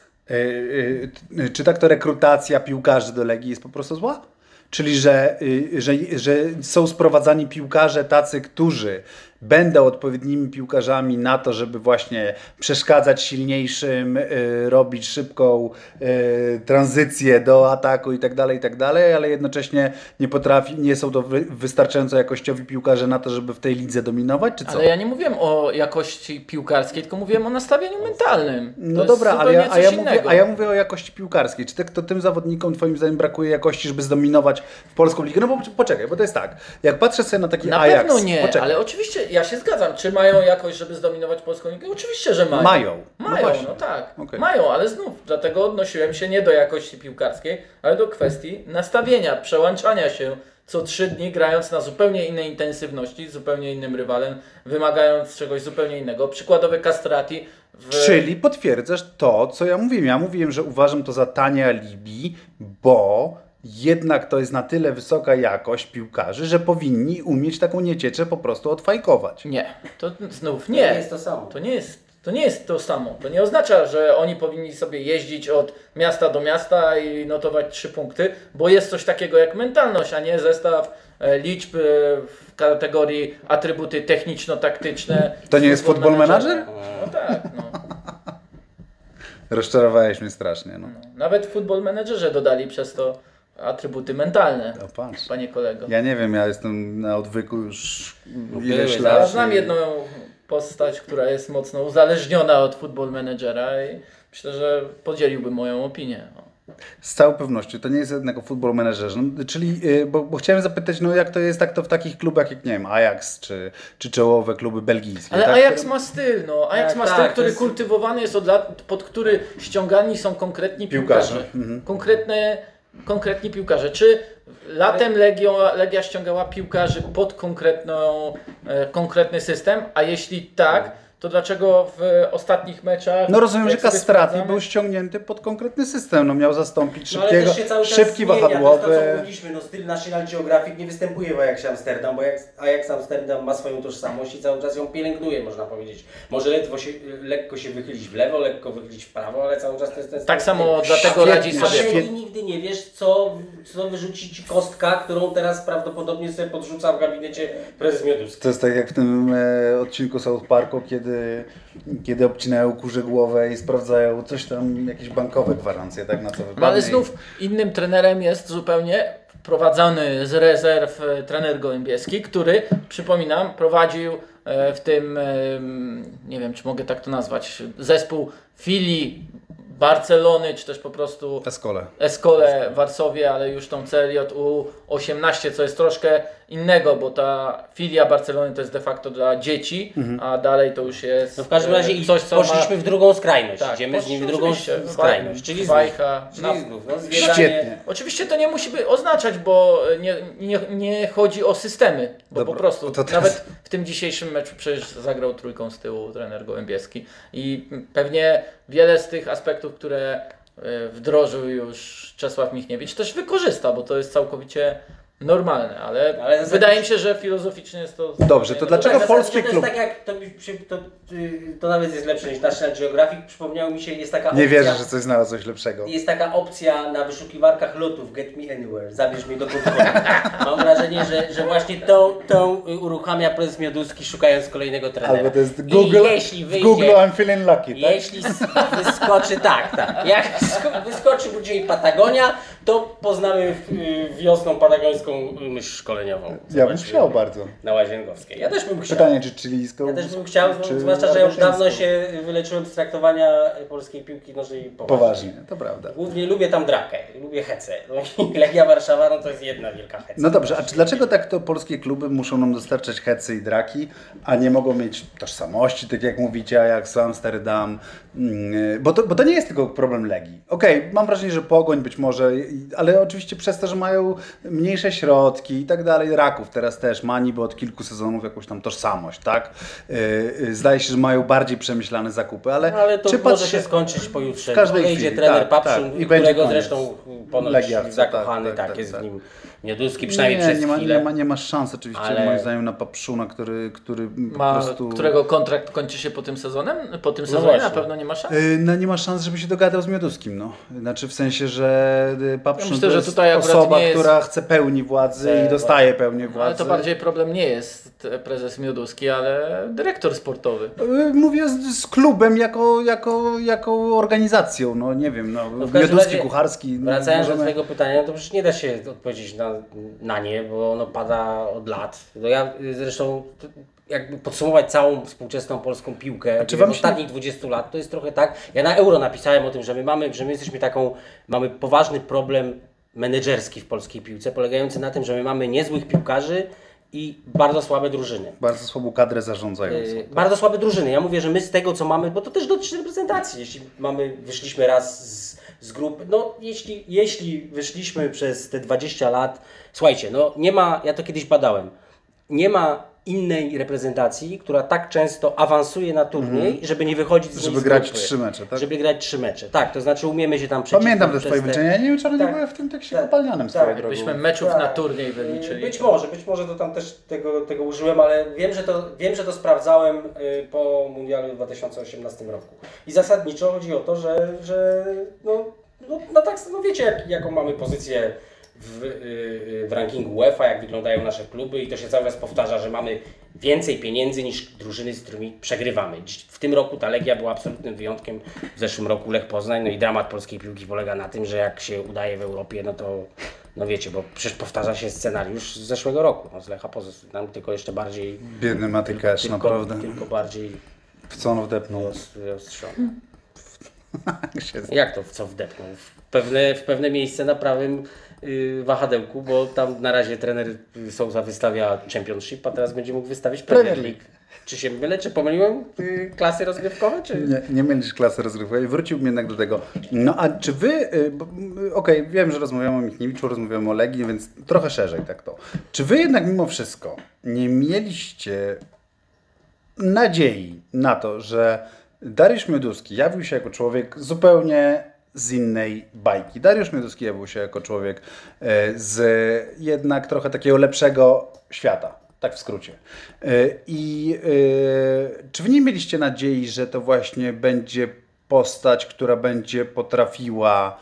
yy, yy, czy tak to rekrutacja piłkarzy do Legii jest po prostu zła? Czyli, że, yy, że, że są sprowadzani piłkarze tacy, którzy będą odpowiednimi piłkarzami na to, żeby właśnie przeszkadzać silniejszym, yy, robić szybką yy, tranzycję do ataku i tak dalej, i tak dalej, ale jednocześnie nie potrafi, nie są to wy, wystarczająco jakościowi piłkarze na to, żeby w tej lidze dominować, czy co?
Ale ja nie mówiłem o jakości piłkarskiej, tylko mówiłem o nastawieniu mentalnym. To
No
jest
dobra, ale
zupełnie
ja, a, ja
coś
mówię,
innego.
a ja mówię o jakości piłkarskiej. Czy tak, to tym zawodnikom Twoim zdaniem brakuje jakości, żeby zdominować w polską ligę? No bo poczekaj, bo to jest tak. Jak patrzę sobie na taki
Na
Ajax...
pewno nie,
poczekaj.
ale oczywiście ja się zgadzam. Czy mają jakość, żeby zdominować polską ligę? Oczywiście, że mają.
Mają. No
Mają,
właśnie.
no tak.
Okej.
Mają, ale znów, dlatego odnosiłem się nie do jakości piłkarskiej, ale do kwestii nastawienia, przełączania się co trzy dni, grając na zupełnie innej intensywności, z zupełnie innym rywalem, wymagając czegoś zupełnie innego. Przykładowy Castrati w...
Czyli potwierdzasz to, co ja mówiłem. Ja mówiłem, że uważam to za tanie alibi, bo jednak to jest na tyle wysoka jakość piłkarzy, że powinni umieć taką niecieczę po prostu odfajkować.
Nie, to znów
To
nie.
nie jest to samo.
To nie jest, to nie jest to samo. To nie oznacza, że oni powinni sobie jeździć od miasta do miasta i notować trzy punkty, bo jest coś takiego jak mentalność, a nie zestaw e, liczb e, w kategorii atrybuty techniczno-taktyczne.
To nie jest Football Manager?
No tak, no.
Rozczarowałeś mnie strasznie. No.
Nawet w Football Managerze dodali przez to atrybuty mentalne,
No patrz.
panie kolego.
Ja nie wiem, ja jestem na odwyku już
były,
ileś
zaraz
Ja
lat.
znam
i-
jedną postać, która jest mocno uzależniona od football managera i myślę, że podzieliłby moją opinię.
Z całą pewnością, to nie jest jednego football managerze, no, czyli, yy, bo, bo chciałem zapytać, no jak to jest tak to w takich klubach jak, nie wiem, Ajax, czy, czy czołowe kluby belgijskie.
Ale
tak?
Ajax ma styl, no. Ajax
Tak,
ma
tak,
styl,
to
który
jest-
kultywowany jest od lat, pod który ściągani są konkretni
Piłkarze.
piłkarze.
Mhm.
Konkretne, konkretni piłkarze. Czy latem Legio, Legia ściągała piłkarzy pod konkretną, e, konkretny system, a jeśli tak, to dlaczego w ostatnich meczach...
No rozumiem, że
jak sobie
Castrati
sprawdzamy-
był ściągnięty pod konkretny system, no miał zastąpić
No ale
szybkiego,
też się cały czas
szybki,
zmienia, to jest to,
wahadłowy.
co mówiliśmy, no styl National Geographic nie występuje w Ajaxie Amsterdam, bo Ajax, Ajax Amsterdam ma swoją tożsamość i cały czas ją pielęgnuje, można powiedzieć. Może ledwo się, lekko się wychylić w lewo, lekko wychylić w prawo, ale cały czas to jest ten
Tak
styl.
samo dlatego
Świetnie,
radzi
A
sobie...
świetnie.
i nigdy nie wiesz, co, co wyrzuci ci kostka, którą teraz prawdopodobnie sobie podrzuca w gabinecie prezes Mioduski.
To jest tak jak w tym e, odcinku South Parku, kiedy, kiedy obcinają kurze głowę i sprawdzają coś tam, jakieś bankowe gwarancje, tak na co wypadnie.
No ale znów innym trenerem jest zupełnie wprowadzany z rezerw e, trener Gołębieski, który, przypominam, prowadził e, w tym, e, nie wiem czy mogę tak to nazwać, zespół filii Barcelony, czy też po prostu
Escole.
Escole w Warszawie, ale już tą C L J U osiemnaście, co jest troszkę innego, bo ta filia Barcelony to jest de facto dla dzieci, a dalej to już jest
No w każdym razie
e,
i
coś, co
poszliśmy
ma...
w drugą skrajność.
Tak,
Idziemy z nim w drugą
oczywiście,
skrajność, czyli znów.
Wajcha,
Czyli
na-
znów, no, zwiedzanie-
Świetnie.
Oczywiście to nie musi by oznaczać, bo nie, nie, nie chodzi o systemy, bo
Dobra,
po prostu
to teraz-
nawet w tym dzisiejszym meczu przecież zagrał trójką z tyłu trener Gołębieski i pewnie wiele z tych aspektów, które y, wdrożył już Czesław Michniewicz też wykorzysta, bo to jest całkowicie normalne, ale,
Ale zasadniczo-
wydaje mi się, że filozoficznie jest to...
Dobrze, to dlaczego
tak,
polski
zasadniczo
klub...
To jest tak jak, to, mi przy- to, y, to nawet jest lepsze niż National Geographic. Przypomniało mi się, jest taka opcja...
Nie wierzę, że coś znalazł coś lepszego.
Jest taka opcja na wyszukiwarkach lotów Get Me Anywhere, zabierz mnie do Goodcona. Mam wrażenie, że, że właśnie tą, tą uruchamia prezes Mioduski szukając kolejnego trenera.
Albo to jest
I
Google,
jeśli
w
wyjdzie,
Google I'm feeling lucky, tak?
jeśli s- wyskoczy, tak, tak. Jak sk- wyskoczy później Patagonia, to poznamy y, wiosną patagońską myśl szkoleniową.
Ja bym
Zobaczmy
chciał bardzo.
Na Łazienkowskiej. Ja też bym chciał.
Pytanie, czy chilijską,
Ja też bym chciał,
czy
zwłaszcza, że ja już dawno
argentyńską?
się wyleczyłem z traktowania polskiej piłki nożnej poważnie.
Poważnie, to prawda.
Głównie lubię tam drakę, lubię hecę. No i Legia Warszawa no to jest jedna wielka heca.
No dobrze, a czy dlaczego tak to polskie kluby muszą nam dostarczać hecy i draki, a nie mogą mieć tożsamości, tak jak mówicie, Ajax, Amsterdam, mm, bo to, bo to nie jest tylko problem Legii. Okej, mam wrażenie, że Pogoń być może, i- ale oczywiście przez to, że mają mniejsze środki i tak dalej, Raków teraz też ma niby od kilku sezonów jakąś tam tożsamość, tak? Yy, yy, Zdaje się, że mają bardziej przemyślane zakupy, ale,
No, ale to
czy
może
patrzy-
się skończyć pojutrze.
w każdej
Odejdzie
chwili,
trener
tak,
Papszun,
tak, i będzie
którego
koniec.
zresztą ponoć
Legia chce,
zakochany,
tak,
tak,
tak, tak,
jest
tak.
z nim Mioduski, przynajmniej
nie,
przez
nie ma,
chwilę.
nie, ma, nie ma szans oczywiście,
Ale-
moim zdaniem, na Papszuna, który, który po
Ma,
prostu...
którego kontrakt kończy się po tym sezonem? Po tym
No
sezonie na
właśnie.
pewno nie ma szans?
Yy, No nie ma szans, żeby się dogadał z Mioduskim, no. Znaczy w sensie, że y, Papszun
Ja myślę,
to
że
jest
tutaj akurat
osoba,
nie jest-
która chce pełni władzy
Chce
i dostaje pełnię władzy.
Ale to bardziej problem nie jest prezes Mioduski, ale dyrektor sportowy.
Yy, Mówię z, z klubem jako, jako, jako organizacją, no nie wiem, no,
No w każdym
Mioduski,
razie,
Kucharski. no,
Wracając
możemy-
do Twojego pytania, to przecież nie da się odpowiedzieć na, na nie, bo ono pada od lat. No ja y, zresztą t- jakby podsumować całą współczesną polską piłkę
czy
nie wiem,
wam się-
ostatnich dwudziestu lat, to jest trochę tak. Ja na Euro napisałem o tym, że my mamy, że my jesteśmy taką, mamy poważny problem menedżerski w polskiej piłce, polegający na tym, że my mamy niezłych piłkarzy i bardzo słabe drużyny.
Bardzo słabą kadrę zarządzającą.
Yy, bardzo słabe drużyny. Ja mówię, że my z tego co mamy, bo to też dotyczy reprezentacji. Jeśli mamy, wyszliśmy raz z, z grupy, no jeśli, jeśli wyszliśmy przez te dwadzieścia lat, słuchajcie, no nie ma, ja to kiedyś badałem, nie ma innej reprezentacji, która tak często awansuje na turniej, żeby nie wychodzić z niej
Żeby
z
grać
grupy.
trzy mecze, tak?
Żeby grać trzy mecze, tak, to znaczy umiemy się tam przeciw.
Pamiętam te
przez
twoje wyliczenia, ja nie wiem, czy one nie
tak,
były w tym tekście
tak,
kopalnianym
tak.
swoją drogą.
Byśmy meczów
Tak.
na turniej wyliczyli.
Być może, być może to tam też tego, tego użyłem, ale wiem, że to, wiem, że to sprawdzałem y, po Mundialu w dwa tysiące osiemnastym roku. I zasadniczo chodzi o to, że, że no, no, no tak, no wiecie jak, jaką mamy pozycję w, y, w rankingu UEFA, jak wyglądają nasze kluby i to się cały czas powtarza, że mamy więcej pieniędzy niż drużyny, z którymi przegrywamy. Dziś- W tym roku ta Legia była absolutnym wyjątkiem, w zeszłym roku Lech Poznań, no i dramat polskiej piłki polega na tym, że jak się udaje w Europie, no to no wiecie, bo przecież powtarza się scenariusz z zeszłego roku, no z Lecha Poznań, tam tylko jeszcze bardziej...
Biedny Matykacz,
tylko,
naprawdę.
Tylko bardziej
W co on wdepnął?
wyostrzony. Jak to w co wdepnął? W pewne, w pewne miejsce na prawym yy, wahadełku, bo tam na razie trener Sousa wystawia Championship, a teraz będzie mógł wystawić Premier League. Czy się mylę, czy pomyliłem yy, klasy rozgrywkowe? Czy...
Nie, nie mylisz klasy rozgrywkowej. Wróciłbym jednak do tego. No a czy wy, yy, okej, okay, wiem, że rozmawiamy o Michniewiczu, rozmawiamy o Legii, więc trochę szerzej tak to. Czy wy jednak mimo wszystko nie mieliście nadziei na to, że Dariusz Mioduski jawił się jako człowiek zupełnie z innej bajki. Dariusz Mioduski jawił się jako człowiek z jednak trochę takiego lepszego świata. Tak w skrócie. I czy wy nie mieliście nadziei, że to właśnie będzie postać, która będzie potrafiła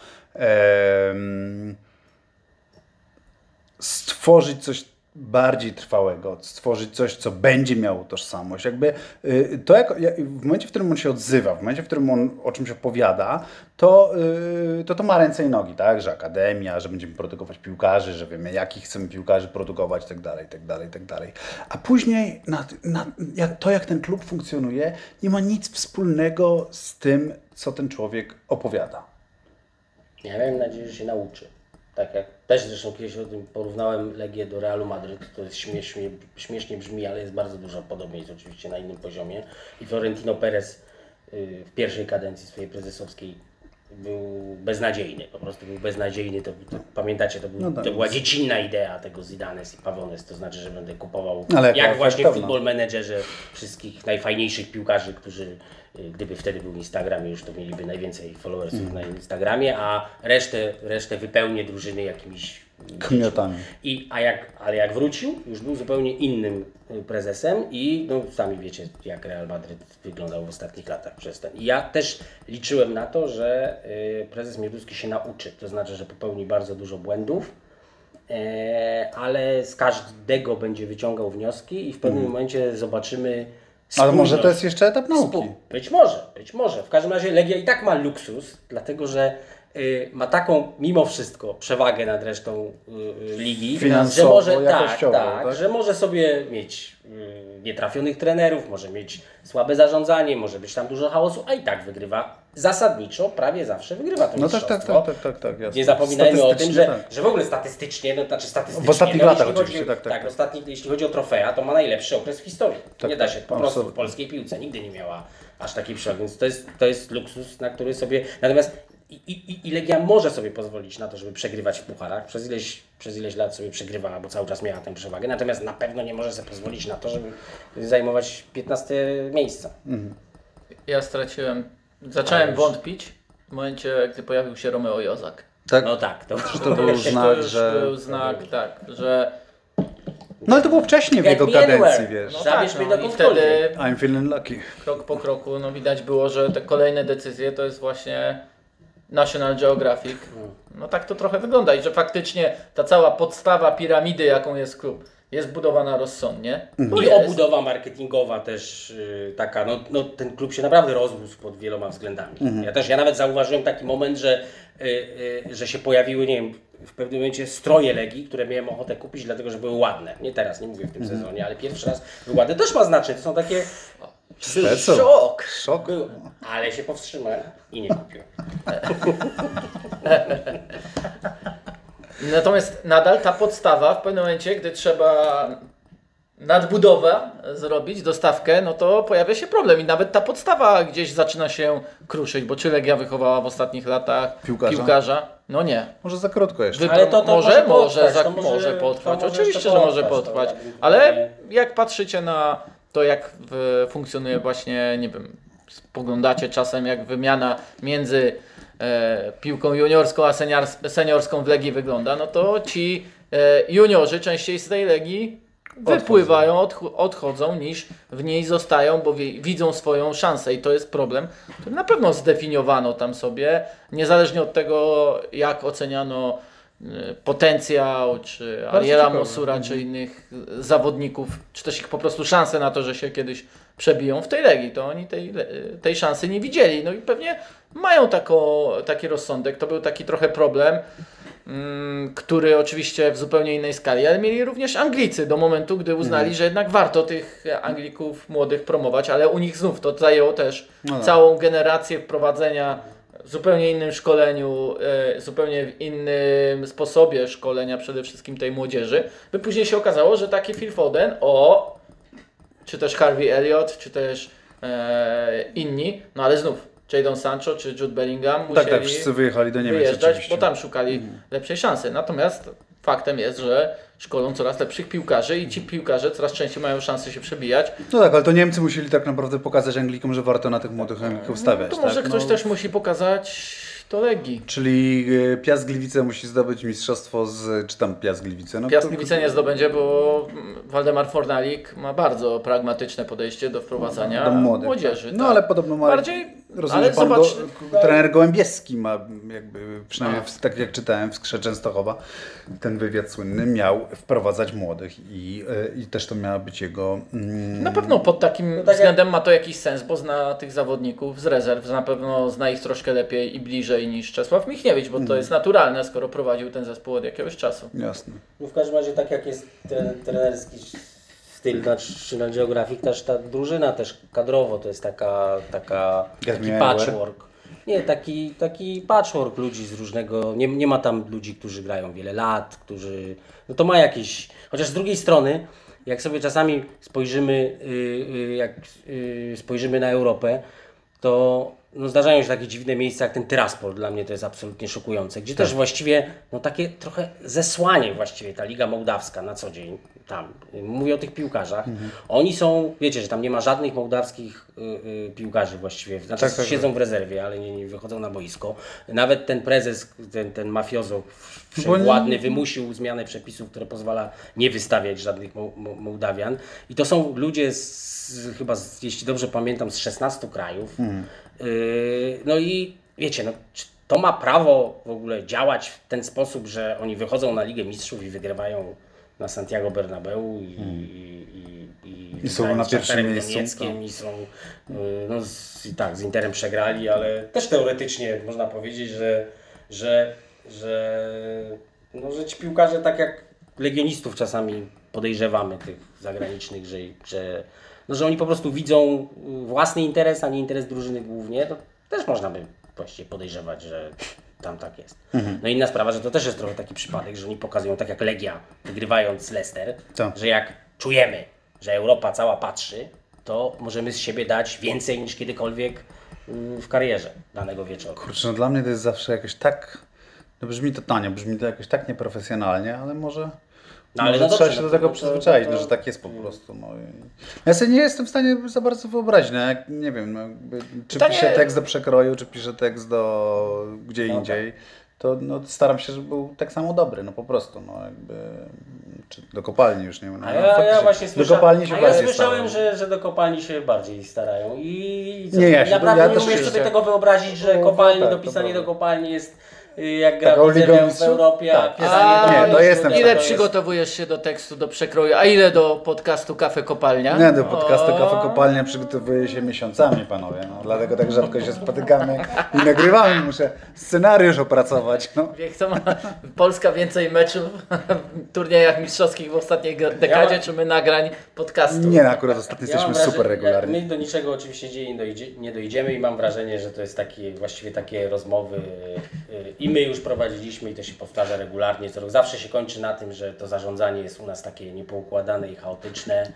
stworzyć coś bardziej trwałego, stworzyć coś, co będzie miało tożsamość. Jakby y, to jak, w momencie, w którym on się odzywa, w momencie, w którym on o czymś opowiada, to y, to, to ma ręce i nogi, tak? Że akademia, że będziemy produkować piłkarzy, że wiemy, jakich chcemy piłkarzy produkować, tak dalej, tak dalej, tak dalej. A później na, na, jak, to, jak ten klub funkcjonuje, nie ma nic wspólnego z tym, co ten człowiek opowiada.
Ja miałem nadzieję, że się nauczy. Tak jak też zresztą kiedyś o tym porównałem Legię do Realu Madryt, to jest śmiesznie, śmiesznie brzmi, ale jest bardzo dużo podobieństw oczywiście na innym poziomie. I Florentino Perez yy, w pierwszej kadencji swojej prezesowskiej był beznadziejny, po prostu był beznadziejny. To, to, pamiętacie, to, był,
no tak,
to była dziecinna idea tego Zidanes i Pavones, to znaczy, że będę kupował,
ale
jak właśnie w Football Managerze, wszystkich najfajniejszych piłkarzy, którzy, gdyby wtedy był Instagram, już to mieliby najwięcej followersów mm. na Instagramie, a resztę, resztę wypełnię drużyny jakimiś
kmiotami.
I, a jak, ale jak wrócił, już był zupełnie innym prezesem i no, sami wiecie, jak Real Madryt wyglądał w ostatnich latach przez ten. I ja też liczyłem na to, że y, prezes Mioduski się nauczy, to znaczy, że popełni bardzo dużo błędów, y, ale z każdego będzie wyciągał wnioski i w pewnym mm. momencie zobaczymy
spójność. Ale może to jest jeszcze etap nauki?
Być może, być może. W każdym razie Legia i tak ma luksus, dlatego że y, ma taką mimo wszystko przewagę nad resztą y, ligi,
finansowo,
że może, tak,
tak,
tak, że może sobie mieć y, nietrafionych trenerów, może mieć słabe zarządzanie, może być tam dużo chaosu, a i tak wygrywa zasadniczo, prawie zawsze wygrywa to
no
mistrzostwo.
Tak, tak, tak, tak, tak, jasne.
Nie zapominajmy o tym, że,
tak.
że w ogóle statystycznie, no znaczy statystycznie,
w ostatnich
no,
latach
jeśli
oczywiście,
chodzi,
tak, tak,
tak,
tak.
Ostatni, jeśli chodzi o trofea, to ma najlepszy okres w historii.
Tak,
nie da się, po prostu
absolutnie.
w polskiej piłce nigdy nie miała aż takiej przewagi, więc to jest, to jest luksus, na który sobie, natomiast i, i, i Legia może sobie pozwolić na to, żeby przegrywać w pucharach, przez ileś, przez ileś lat sobie przegrywała, bo cały czas miała tę przewagę, natomiast na pewno nie może sobie pozwolić na to, żeby zajmować piętnaste miejsce.
Mhm.
Ja straciłem, zacząłem już wątpić w momencie, gdy pojawił się Romeo Jozak.
Tak?
No tak, to,
to, to był znak,
to już
że...
był znak, tak, że...
No ale to było wcześniej w jego kadencji, wiesz.
No
Zabierz
tak,
mnie
no,
do
i wtedy
I'm feeling lucky.
krok po kroku no, widać było, że te kolejne decyzje to jest właśnie National Geographic. No tak to trochę wygląda i że faktycznie ta cała podstawa piramidy, jaką jest klub, jest budowana rozsądnie.
I
jest.
obudowa marketingowa też yy, taka, no, no ten klub się naprawdę rozrósł pod wieloma względami. Mhm. Ja też, ja nawet zauważyłem taki moment, że, yy, yy, że się pojawiły, nie wiem, w pewnym momencie stroje Legii, które miałem ochotę kupić, dlatego że były ładne. Nie teraz, nie mówię w tym mhm. sezonie, ale pierwszy raz były ładne. Też ma znaczenie, to są takie...
Szok!
Szok!
Szok.
Był, ale się powstrzymałem i nie kupiłem.
Natomiast nadal ta podstawa w pewnym momencie, gdy trzeba nadbudowę zrobić, dostawkę, no to pojawia się problem i nawet ta podstawa gdzieś zaczyna się kruszyć, bo czy Legia wychowała w ostatnich latach
piłkarza?
piłkarza? No nie.
Może za krótko jeszcze.
Wypro-
Ale to, to
może,
może,
może,
potrwać,
za,
to może,
może potrwać.
to może
Oczywiście, że
potrwać,
może
to
potrwać.
ja bym
Ale
tutaj-
jak patrzycie na to, jak w, funkcjonuje właśnie, nie wiem, spoglądacie czasem, jak wymiana między e, piłką juniorską a senior, seniorską w Legii wygląda, no to ci e, juniorzy częściej z tej Legii wypływają, odch- odchodzą, niż w niej zostają, bo wie, widzą swoją szansę i to jest problem, który na pewno zdefiniowano tam sobie, niezależnie od tego, jak oceniano y, potencjał, czy Ariela Mosura, czy innych zawodników, czy też ich po prostu szanse na to, że się kiedyś przebiją w tej Legii, to oni tej, tej szansy nie widzieli. No i pewnie mają taką, taki rozsądek, to był taki trochę problem. mm, który oczywiście w zupełnie innej skali, ale mieli również Anglicy do momentu, gdy uznali, mhm. że jednak warto tych Anglików młodych promować, ale u nich znów to zajęło też no całą generację wprowadzenia w zupełnie innym szkoleniu, e, zupełnie w innym sposobie szkolenia przede wszystkim tej młodzieży, by później się okazało, że taki Phil Foden, o, czy też Harvey Elliott, czy też e, inni, no ale znów Jadon Sancho czy Jude Bellingham musieli
tak, tak, wszyscy wyjechali do Niemiec
wyjeżdżać, bo tam szukali mm. lepszej szansy. Natomiast faktem jest, że szkolą coraz lepszych piłkarzy i ci piłkarze coraz częściej mają szansę się przebijać.
No tak, ale to Niemcy musieli tak naprawdę pokazać Anglikom, że warto na tych młodych Anglików stawiać.
No to może
tak?
ktoś
no.
też musi pokazać to Legii.
Czyli Piast Gliwice musi zdobyć mistrzostwo z... czy tam Piast Gliwice? No
Piast
to...
Gliwice nie zdobędzie, bo Waldemar Fornalik ma bardzo pragmatyczne podejście do wprowadzania
do młodych,
młodzieży.
No
tak.
ale podobno ma...
Bardziej...
Rozumiem,
ale
że pan
zobacz,
go, trener Gołębieski ma jakby, przynajmniej w, tak jak czytałem w Skrze Częstochowa, ten wywiad słynny miał wprowadzać młodych i, i też to miała być jego... Mm...
Na pewno pod takim no tak względem jak... ma to jakiś sens, bo zna tych zawodników z rezerw, na pewno zna ich troszkę lepiej i bliżej niż Czesław Michniewicz, bo mm. to jest naturalne, skoro prowadził ten zespół od jakiegoś czasu.
Jasne.
No w każdym razie tak jak jest ten trenerski styl National Geographic, też ta drużyna też kadrowo to jest taka, taka taki patchwork. Nie, taki, taki patchwork ludzi z różnego, nie, nie ma tam ludzi, którzy grają wiele lat, którzy, no to ma jakieś, chociaż z drugiej strony, jak sobie czasami spojrzymy, yy, yy, jak yy, spojrzymy na Europę, to no zdarzają się takie dziwne miejsca jak ten Tyraspol, dla mnie to jest absolutnie szokujące, gdzie tak. też właściwie no takie trochę zesłanie właściwie ta Liga Mołdawska na co dzień tam, mówię o tych piłkarzach, mhm. oni są, wiecie, że tam nie ma żadnych mołdawskich y, y, piłkarzy właściwie, znaczy tak, tak, siedzą tak. w rezerwie, ale nie, nie wychodzą na boisko, nawet ten prezes, ten, ten mafiozo wszechwładny wymusił zmianę przepisów, które pozwala nie wystawiać żadnych Mo- Mo- Mołdawian i to są ludzie z, z, chyba, z, jeśli dobrze pamiętam, z szesnastu krajów. Mhm. Yy, no i wiecie, no, to ma prawo w ogóle działać w ten sposób, że oni wychodzą na Ligę Mistrzów i wygrywają na Santiago Bernabeu i, hmm. i, i, i,
I są na pierwszym miejscu.
I są, yy, no z, i tak, z Interem przegrali, ale też teoretycznie można powiedzieć, że, że, że, no, że ci piłkarze tak jak legionistów czasami podejrzewamy tych zagranicznych, że, że no, że oni po prostu widzą własny interes, a nie interes drużyny głównie, to też można by właściwie podejrzewać, że tam tak jest. Mhm. No inna sprawa, że to też jest trochę taki przypadek, że oni pokazują tak jak Legia, wygrywając z Leicester, Co? że jak czujemy, że Europa cała patrzy, to możemy z siebie dać więcej niż kiedykolwiek w karierze danego wieczoru.
Kurczę, no dla mnie to jest zawsze jakoś tak, no brzmi to tanio, brzmi to jakoś tak nieprofesjonalnie, ale może... No, ale no trzeba się do tego przyzwyczaić, to, to, to... No, że tak jest po prostu. No. Ja sobie nie jestem w stanie za bardzo wyobrazić, no, jak, nie wiem, no, jakby, czy to piszę nie... tekst do przekroju, czy piszę tekst do gdzie no, indziej, tak. to no, staram się, żeby był tak samo dobry, no po prostu, no jakby, czy do kopalni już nie wiem. No,
a ja, ja właśnie słysza...
do kopalni się
a
bardziej
ja słyszałem, że, że do kopalni się bardziej starają i co,
nie, ja się,
naprawdę
ja
nie umiesz sobie tego wyobrazić, że kopalni, no, tak, dopisanie do kopalni jest... Jak gra w Europie,
tak, a, nie, to jestem
ile to przygotowujesz się do tekstu, do przekroju, a ile do podcastu Kafe Kopalnia?
Nie, do podcastu o... Kafe Kopalnia przygotowuję się miesiącami, panowie, no, dlatego tak rzadko się spotykamy i nagrywamy, muszę scenariusz opracować. No.
Wie, kto ma Polska więcej meczów w turniejach mistrzowskich w ostatniej dekadzie, ja mam... czy my nagrań podcastu?
Nie, no, akurat ostatnio ja jesteśmy super regularni.
My do niczego oczywiście nie, dojdzie, nie dojdziemy i mam wrażenie, że to jest taki, właściwie takie rozmowy i my już prowadziliśmy i to się powtarza regularnie. To zawsze się kończy na tym, że to zarządzanie jest u nas takie niepoukładane i chaotyczne.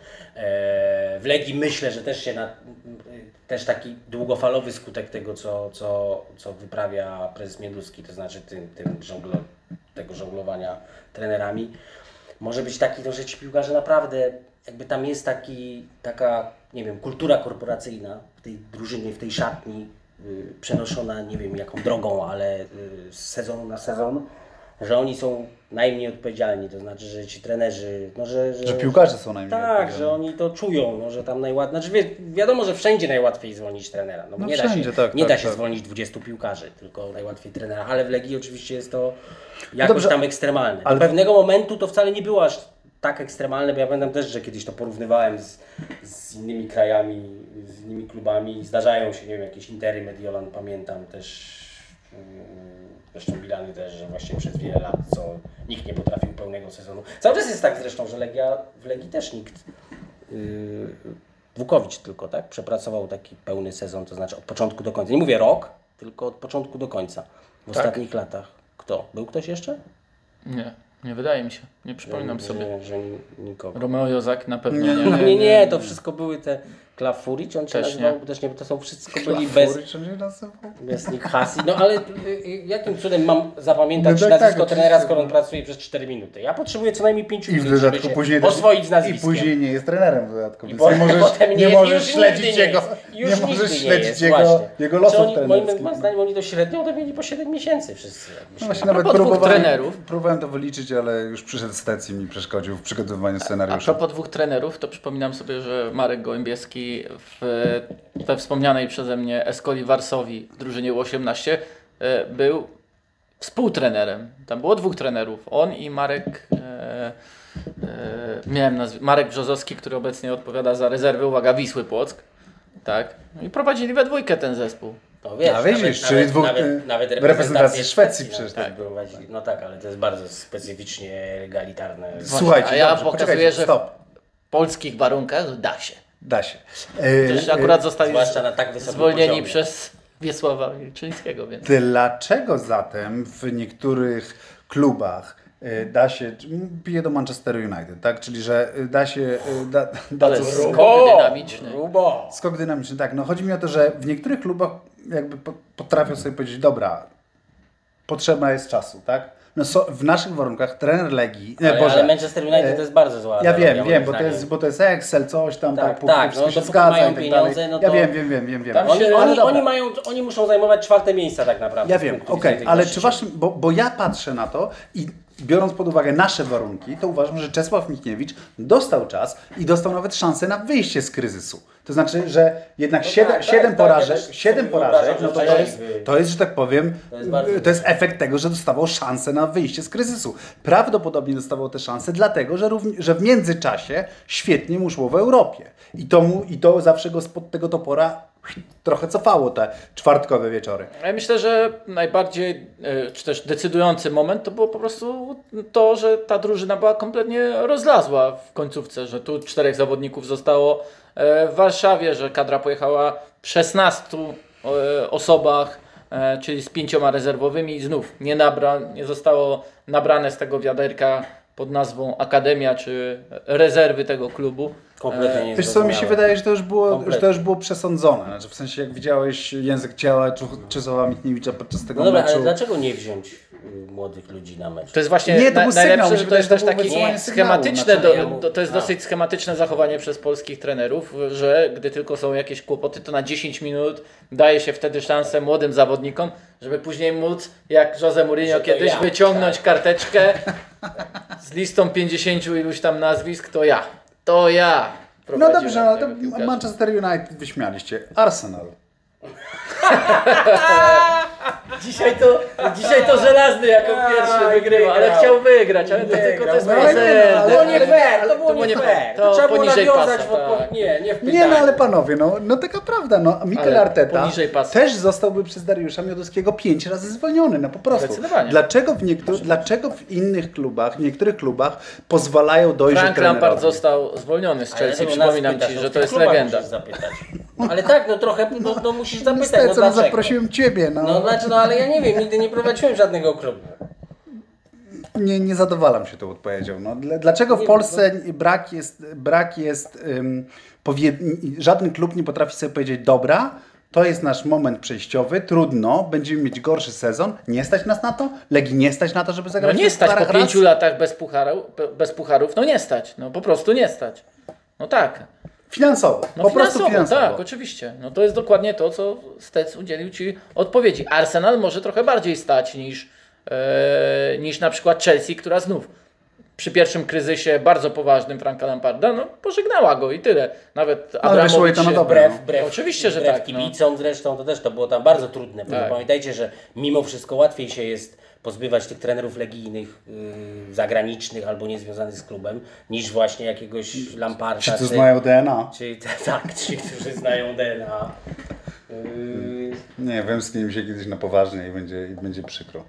W Legii myślę, że też się na, też taki długofalowy skutek tego, co, co, co wyprawia prezes Mieduski, to znaczy tym, tym żonglo, tego żonglowania trenerami, może być taki, no, że ci piłkarze naprawdę, jakby tam jest taki, taka, nie wiem, kultura korporacyjna w tej drużynie, w tej szatni, przenoszona, nie wiem jaką drogą, ale z sezonu na sezon, że oni są najmniej odpowiedzialni, to znaczy, że ci trenerzy, no że... Że,
że piłkarze są najmniej
tak, odpowiedzialni. Tak, że oni to czują, no, że tam najłatwiej, znaczy wi- wiadomo, że wszędzie najłatwiej zwolnić trenera, no, bo no nie, wszędzie, da się, tak, nie tak, da się tak. zwolnić dwudziestu piłkarzy, tylko najłatwiej trenera, ale w Legii oczywiście jest to jakoś Dobrze, tam ekstremalne. Ale... Do pewnego momentu to wcale nie było aż tak ekstremalne, bo ja pamiętam też, że kiedyś to porównywałem z, z innymi krajami, z innymi klubami. Zdarzają się, nie wiem, jakieś Intery, Mediolan, pamiętam też Zresztą bilany też, że właśnie przez wiele lat, co nikt nie potrafił pełnego sezonu. Cały czas jest tak zresztą, że Legia, w Legii też nikt, yy, Wukowicz tylko, tak? Przepracował taki pełny sezon, to znaczy od początku do końca. Nie mówię rok, tylko od początku do końca. W
Tak.
ostatnich latach. Kto? Był ktoś jeszcze?
Nie, nie wydaje mi się. Nie przypominam
że,
sobie.
Że, że nikogo.
Romeo Jozak na pewno
Nie.
nie.
Nie, nie, nie, to wszystko były te Klafuri, czy on się
Też
nazywał?
nie.
Też nie, to są wszystko byli bez,
Fury, czy nie nazywał?
bez Nick Hassi. No ale y, y, jakim cudem mam zapamiętać
No tak,
nazwisko
tak,
trenera,
oczywiście.
skoro on pracuje przez cztery minuty? Ja potrzebuję co najmniej pięć
I w
minut, żeby
dodatku
się
później też,
oswoić z
i
nazwiskiem.
później nie jest trenerem w dodatku,
I
więc
po-
nie możesz,
potem
nie
nie jest,
możesz
już
śledzić
nigdy nie
jego,
jest.
nie
Już nigdy
możesz
nie
śledzić
jest,
jego,
właśnie.
jego
Czy
losów
oni, moim,
trenerskich.
moim zdaniem oni to średnio to mieli po siedem miesięcy wszyscy. jak
No
myślę.
właśnie
A
nawet
propos dwóch
próbowałem,
trenerów.
próbowałem to wyliczyć, ale już przyszedł Stec i mi przeszkodził w przygotowywaniu
A
scenariusza.
propos dwóch trenerów, to przypominam sobie, że Marek Gołębieski w, we wspomnianej przeze mnie Eskoli Warszawi w drużynie U osiemnaście e, był współtrenerem. Tam było dwóch trenerów. On i Marek e, e, miałem nazw- Marek Brzozowski, który obecnie odpowiada za rezerwy, uwaga, Wisły Płock. Tak. No i prowadzili we dwójkę ten zespół.
No wiesz,
A widzisz, czyli dwóch-
nawet, nawet
w reprezentacji Szwecji
nawet
przecież
tak prowadzili. No tak, ale to jest bardzo specyficznie egalitarne.
Słuchajcie,
A ja
dobrze,
pokazuję,
poczekajcie,
że
stop.
w polskich warunkach da się.
Da się. E,
Też akurat zostali
Zwłaszcza na tak wysokim
zwolnieni
poziomie.
przez Wiesława Wilczyńskiego, więc...
Dlaczego zatem w niektórych klubach e, da się, piję do Manchester United, tak? Czyli że e, da się, e, da, da
Ale
to
skok
Grubo!
dynamiczny.
Grubo!
skok dynamiczny, tak. No chodzi mi o to, że w niektórych klubach jakby po- potrafią sobie powiedzieć, dobra, potrzeba jest czasu, tak? No so, w naszych warunkach trener Legii, nie,
Ale,
Boże,
ale Manchester United
e,
to jest bardzo zła
ja
analogia,
wiem,
moim
wiem, bo to,
zdaniem.
jest, bo to jest Excel, coś tam,
Tak,
tak,
tak,
wszystko
no,
się
dopóki
zgadza
mają
i tak
pieniądze,
dalej.
no
Ja
to-
wiem, wiem, wiem, wiem, wiem.
Tam
Oni,
się-
oni,
dobra.
oni, mają, oni muszą zajmować czwarte miejsca tak naprawdę.
Ja
z
wiem,
punktu
okej,
widzenia tej
ale
właścicieli.
czy właśnie, bo, bo ja patrzę na to i biorąc pod uwagę nasze warunki, to uważam, że Czesław Michniewicz dostał czas i dostał nawet szansę na wyjście z kryzysu. To znaczy, że jednak
No
siedem,
tak, tak,
siedem
tak, ja
porażek,
też
siedem
sobie
porażek,
wyobrażam,
no to,
że
to,
wcześniej
jest,
by-
to jest, że tak powiem,
To jest bardzo-
to jest efekt tego, że dostawał szansę na wyjście z kryzysu. Prawdopodobnie dostawał te szanse dlatego, że, równi, że w międzyczasie świetnie mu szło w Europie. I to, mu, I to zawsze go spod tego topora trochę cofało te czwartkowe wieczory.
Ja myślę, że najbardziej, e, czy też decydujący moment to było po prostu to, że ta drużyna była kompletnie rozlazła w końcówce, że tu czterech zawodników zostało e, w Warszawie, że kadra pojechała w szesnastu e, osobach, e, czyli z pięcioma rezerwowymi i znów nie, nabra, nie zostało nabrane z tego wiaderka pod nazwą Akademia czy rezerwy tego klubu.
Kompletnie nie
Wiesz co, mi się
zrozumiałe.
wydaje, że to już było,
Kompletnie.
że to już było przesądzone. Znaczy, w sensie, jak widziałeś język ciała Czesława Michniewicza podczas tego
No dobra,
meczu.
ale dlaczego nie wziąć y, młodych ludzi na mecz?
To jest właśnie
Nie, to
na,
był sygnał,
najlepsze,
mi
że
się
to jest też
wydaje, że to
takie
było wysyłanie sygnału,
schematyczne,
znaczy,
do,
ja mu-
do, to jest
a.
dosyć schematyczne zachowanie przez polskich trenerów, że gdy tylko są jakieś kłopoty, to na dziesięć minut daje się wtedy szansę młodym zawodnikom, żeby później móc, jak Jose Mourinho
Że to
kiedyś,
ja,
wyciągnąć karteczkę z listą pięćdziesięciu iluś tam nazwisk, to ja, to ja.
No
prowadziłem
dobrze, ale to
tego piłkarza.
Manchester United wyśmialiście. Arsenal.
Dzisiaj to, dzisiaj to żelazny jako pierwszy
Aj,
wygrywa, ale
wygrał.
chciał wygrać, ale to
Wygrał.
tylko to jest
No, ale nie,
piosenka.
no,
To było
ale-
nie fair, to było
to było
nie
nie
fair.
fair.
To
To
trzeba było
poniżej
nawiązać
pasa,
w odpowiedzi.
tak.
Nie, nie w pytaniu.
Nie no, ale panowie, no, no taka prawda, no. Mikel
Ale
Arteta
poniżej pasa.
też zostałby przez Dariusza Miodowskiego pięć razy zwolniony, no po prostu.
Zdecydowanie.
Dlaczego w, niektórych, dlaczego w innych klubach, w niektórych klubach pozwalają dojrzeć
Frank
trenerowi?
Lampard został zwolniony z
Ale
Chelsea,
to nas
przypominam
pytasz,
Ci,
no
że
w
to
tych
jest
klubach
legenda.
musisz zapytać. Ale tak, no trochę no, no musisz zapytać,
Niestety,
no
no,
dlaczego?
zaprosiłem Ciebie, no.
No znaczy, no ale ja nie wiem, nigdy nie prowadziłem żadnego klubu.
Nie, nie zadowalam się tą odpowiedzią. No, Dl- dlaczego w
Nie,
Polsce brak jest, brak jest um, powie... żaden klub nie potrafi sobie powiedzieć, dobra, to jest nasz moment przejściowy, trudno, będziemy mieć gorszy sezon, nie stać nas na to? Legii nie stać na to, żeby
No
zagrać
nie
w
stać po
pucharach
pięciu
raz?
latach bez, pucharu, bez pucharów, no nie stać, no po prostu nie stać. No tak.
Finansowo,
No
po prostu
finansowo,
finansowo.
tak, oczywiście. No to jest dokładnie to, co Stec udzielił Ci odpowiedzi. Arsenal może trochę bardziej stać niż, e, niż na przykład Chelsea, która znów przy pierwszym kryzysie bardzo poważnym Franka Lamparda, no pożegnała go i tyle. Nawet
Ale wyszło jej
Abramowicz
to na
się-
dobre.
Wbrew,
no.
wbrew,
Oczywiście, że
wbrew
tak, no.
kibicom zresztą, to też to było tam bardzo trudne. Bo
Tak.
pamiętajcie, że mimo wszystko łatwiej się jest pozbywać tych trenerów legijnych, yy, zagranicznych albo niezwiązanych z klubem, niż właśnie jakiegoś Lamparda.
Ci, co znają D N A.
Czy, tak, ci, którzy znają D N A. Yy,
Nie, wymsknie mi się kiedyś na poważnie i będzie, i będzie przykro.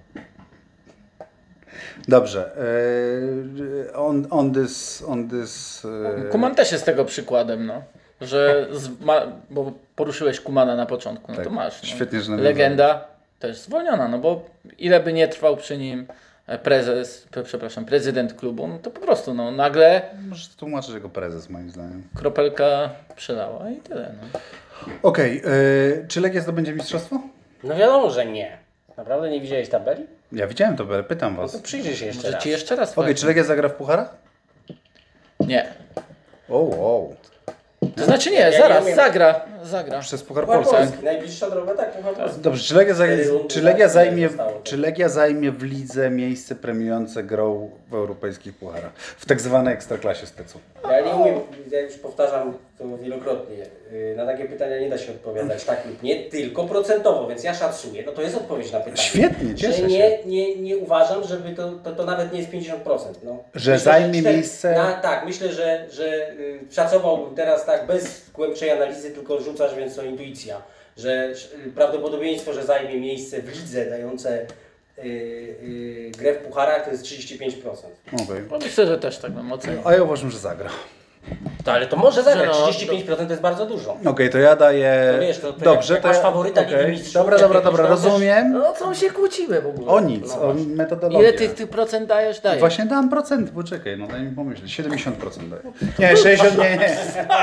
Dobrze. Yy, on, on this... On this yy...
Kuman też jest tego przykładem, no. Że z, ma, bo poruszyłeś Kumana na początku, no
Tak,
to masz. No.
świetnie, że
Legenda też zwolniona, no bo ile by nie trwał przy nim prezes, pre, przepraszam, prezydent klubu, no to po prostu no nagle
Możesz tłumaczyć jako prezes, moim zdaniem.
kropelka przelała i tyle. No.
Okej, yy, czy Legia zdobędzie mistrzostwo?
No wiadomo, że nie. Naprawdę nie widziałeś tabeli?
Ja widziałem to, ale pytam
No
was.
to
Okej,
przyjrzyj się jeszcze
Może
raz.
ci jeszcze raz
czy Legia zagra w pucharach?
Nie.
O, wow.
To znaczy nie,
Ja nie
zaraz,
umiem.
zagra, zagra.
Przez Puchar
Puchar
Polski.
Polski. Najbliższa droga, tak, Puchar Polski.
Dobrze, czy Legia, zaj-
Cztery rundy,
czy, Legia
tak,
zajmie,
zostało.
czy Legia zajmie w lidze miejsce premiujące grą w europejskich pucharach? W tak zwanej ekstraklasie specu.
Ja nie umiem, ja już powtarzam to wielokrotnie, yy, na takie pytania nie da się odpowiadać tak lub nie, tylko procentowo, więc ja szacuję, no to jest odpowiedź na pytanie.
Świetnie, cieszę
że
się.
nie, nie, nie uważam, żeby to, to, to nawet nie jest pięćdziesiąt procent. No.
Że zajmie
cztery-
miejsce-
Na, tak, myślę, że, że yy, szacowałbym teraz tak bez głębszej analizy, tylko rzucasz, więc to intuicja, że yy, prawdopodobieństwo, że zajmie miejsce w lidze dające yy, yy, grę w pucharach to jest trzydzieści pięć procent.
Okej.
No myślę, że też tak bym ocenił.
A ja uważam, że zagra.
To, ale to może zagrać,
Że no,
trzydzieści pięć procent to jest bardzo dużo.
Okej, to ja daję...
To wiesz, to- to
Dobrze,
jak- jak
to
masz
ja...
faworyta Ligi
okej.
Mistrzów,
Dobra,
jak
dobra,
jakiś
dobra,
tam też-
rozumiem.
No co się kłócimy w ogóle?
O nic,
No
o
właśnie.
metodologię.
Ile tych, tych procent dajesz? Dajesz.
Właśnie dam procent, poczekaj, no daj mi pomyśleć. siedemdziesiąt procent daję. Nie, sześćdziesiąt, nie, nie.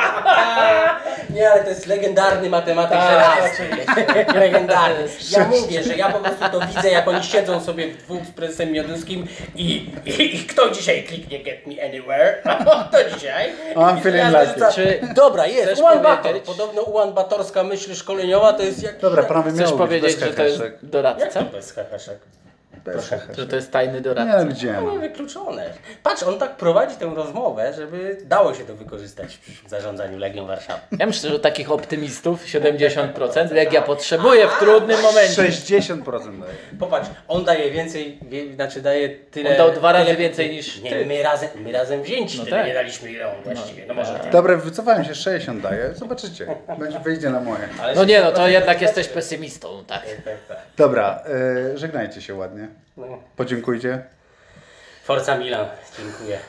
Nie, ale to jest legendarny matematyk
Tak,
żelazny. Legendarny. Ja mówię, że ja po prostu to widzę, jak oni siedzą sobie w dwóch z prezesem Miodowskim i, i, i kto dzisiaj kliknie Get Me Anywhere? To dzisiaj.
I'm
I
feeling
ja
lucky.
zarzucam,
Czy
dobra, jest,
chcesz
Ulan Bator.
powiedzieć-
Podobno Ulan Batorska myśl szkoleniowa to jest jak...
Dobra, prawie
chcesz
miało być
powiedzieć,
bez
że to jest
heheszek.
Jak
doradca?
to bez heheszek?
Bez heheszek.
Że to jest tajny
Nie,
doradca?
no gdzie
No
no.
wykluczone. Patrz, on tak prowadzi tę rozmowę, żeby dało się to wykorzystać w przyszłym zarządzaniu Legią Warszawa.
Ja myślę, że takich optymistów siedemdziesiąt procent Legia potrzebuje w trudnym momencie.
sześćdziesiąt procent daję.
Popatrz, on daje więcej, wie, znaczy daje tyle...
On dał dwa razy
tyle,
więcej niż
nie,
ty.
My razem, my razem wzięci
No
tyle
tak.
nie daliśmy ile on właściwie, no, może tak.
Dobra, wycofałem się, sześćdziesiąt daję. Zobaczycie. Będzie wyjdzie na moje.
Ale
No nie, no to
sześćdziesiąt
jednak
procent
jesteś
tak,
pesymistą, tak.
tak, tak.
Dobra, yy, żegnajcie się ładnie.
No.
Podziękujcie.
Forza Milan, dziękuję.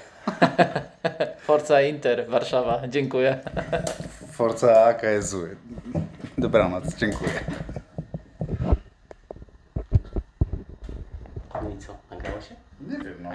Forza Inter, Warszawa, dziękuję.
Forza A K jest zły. Dobranoc, dziękuję.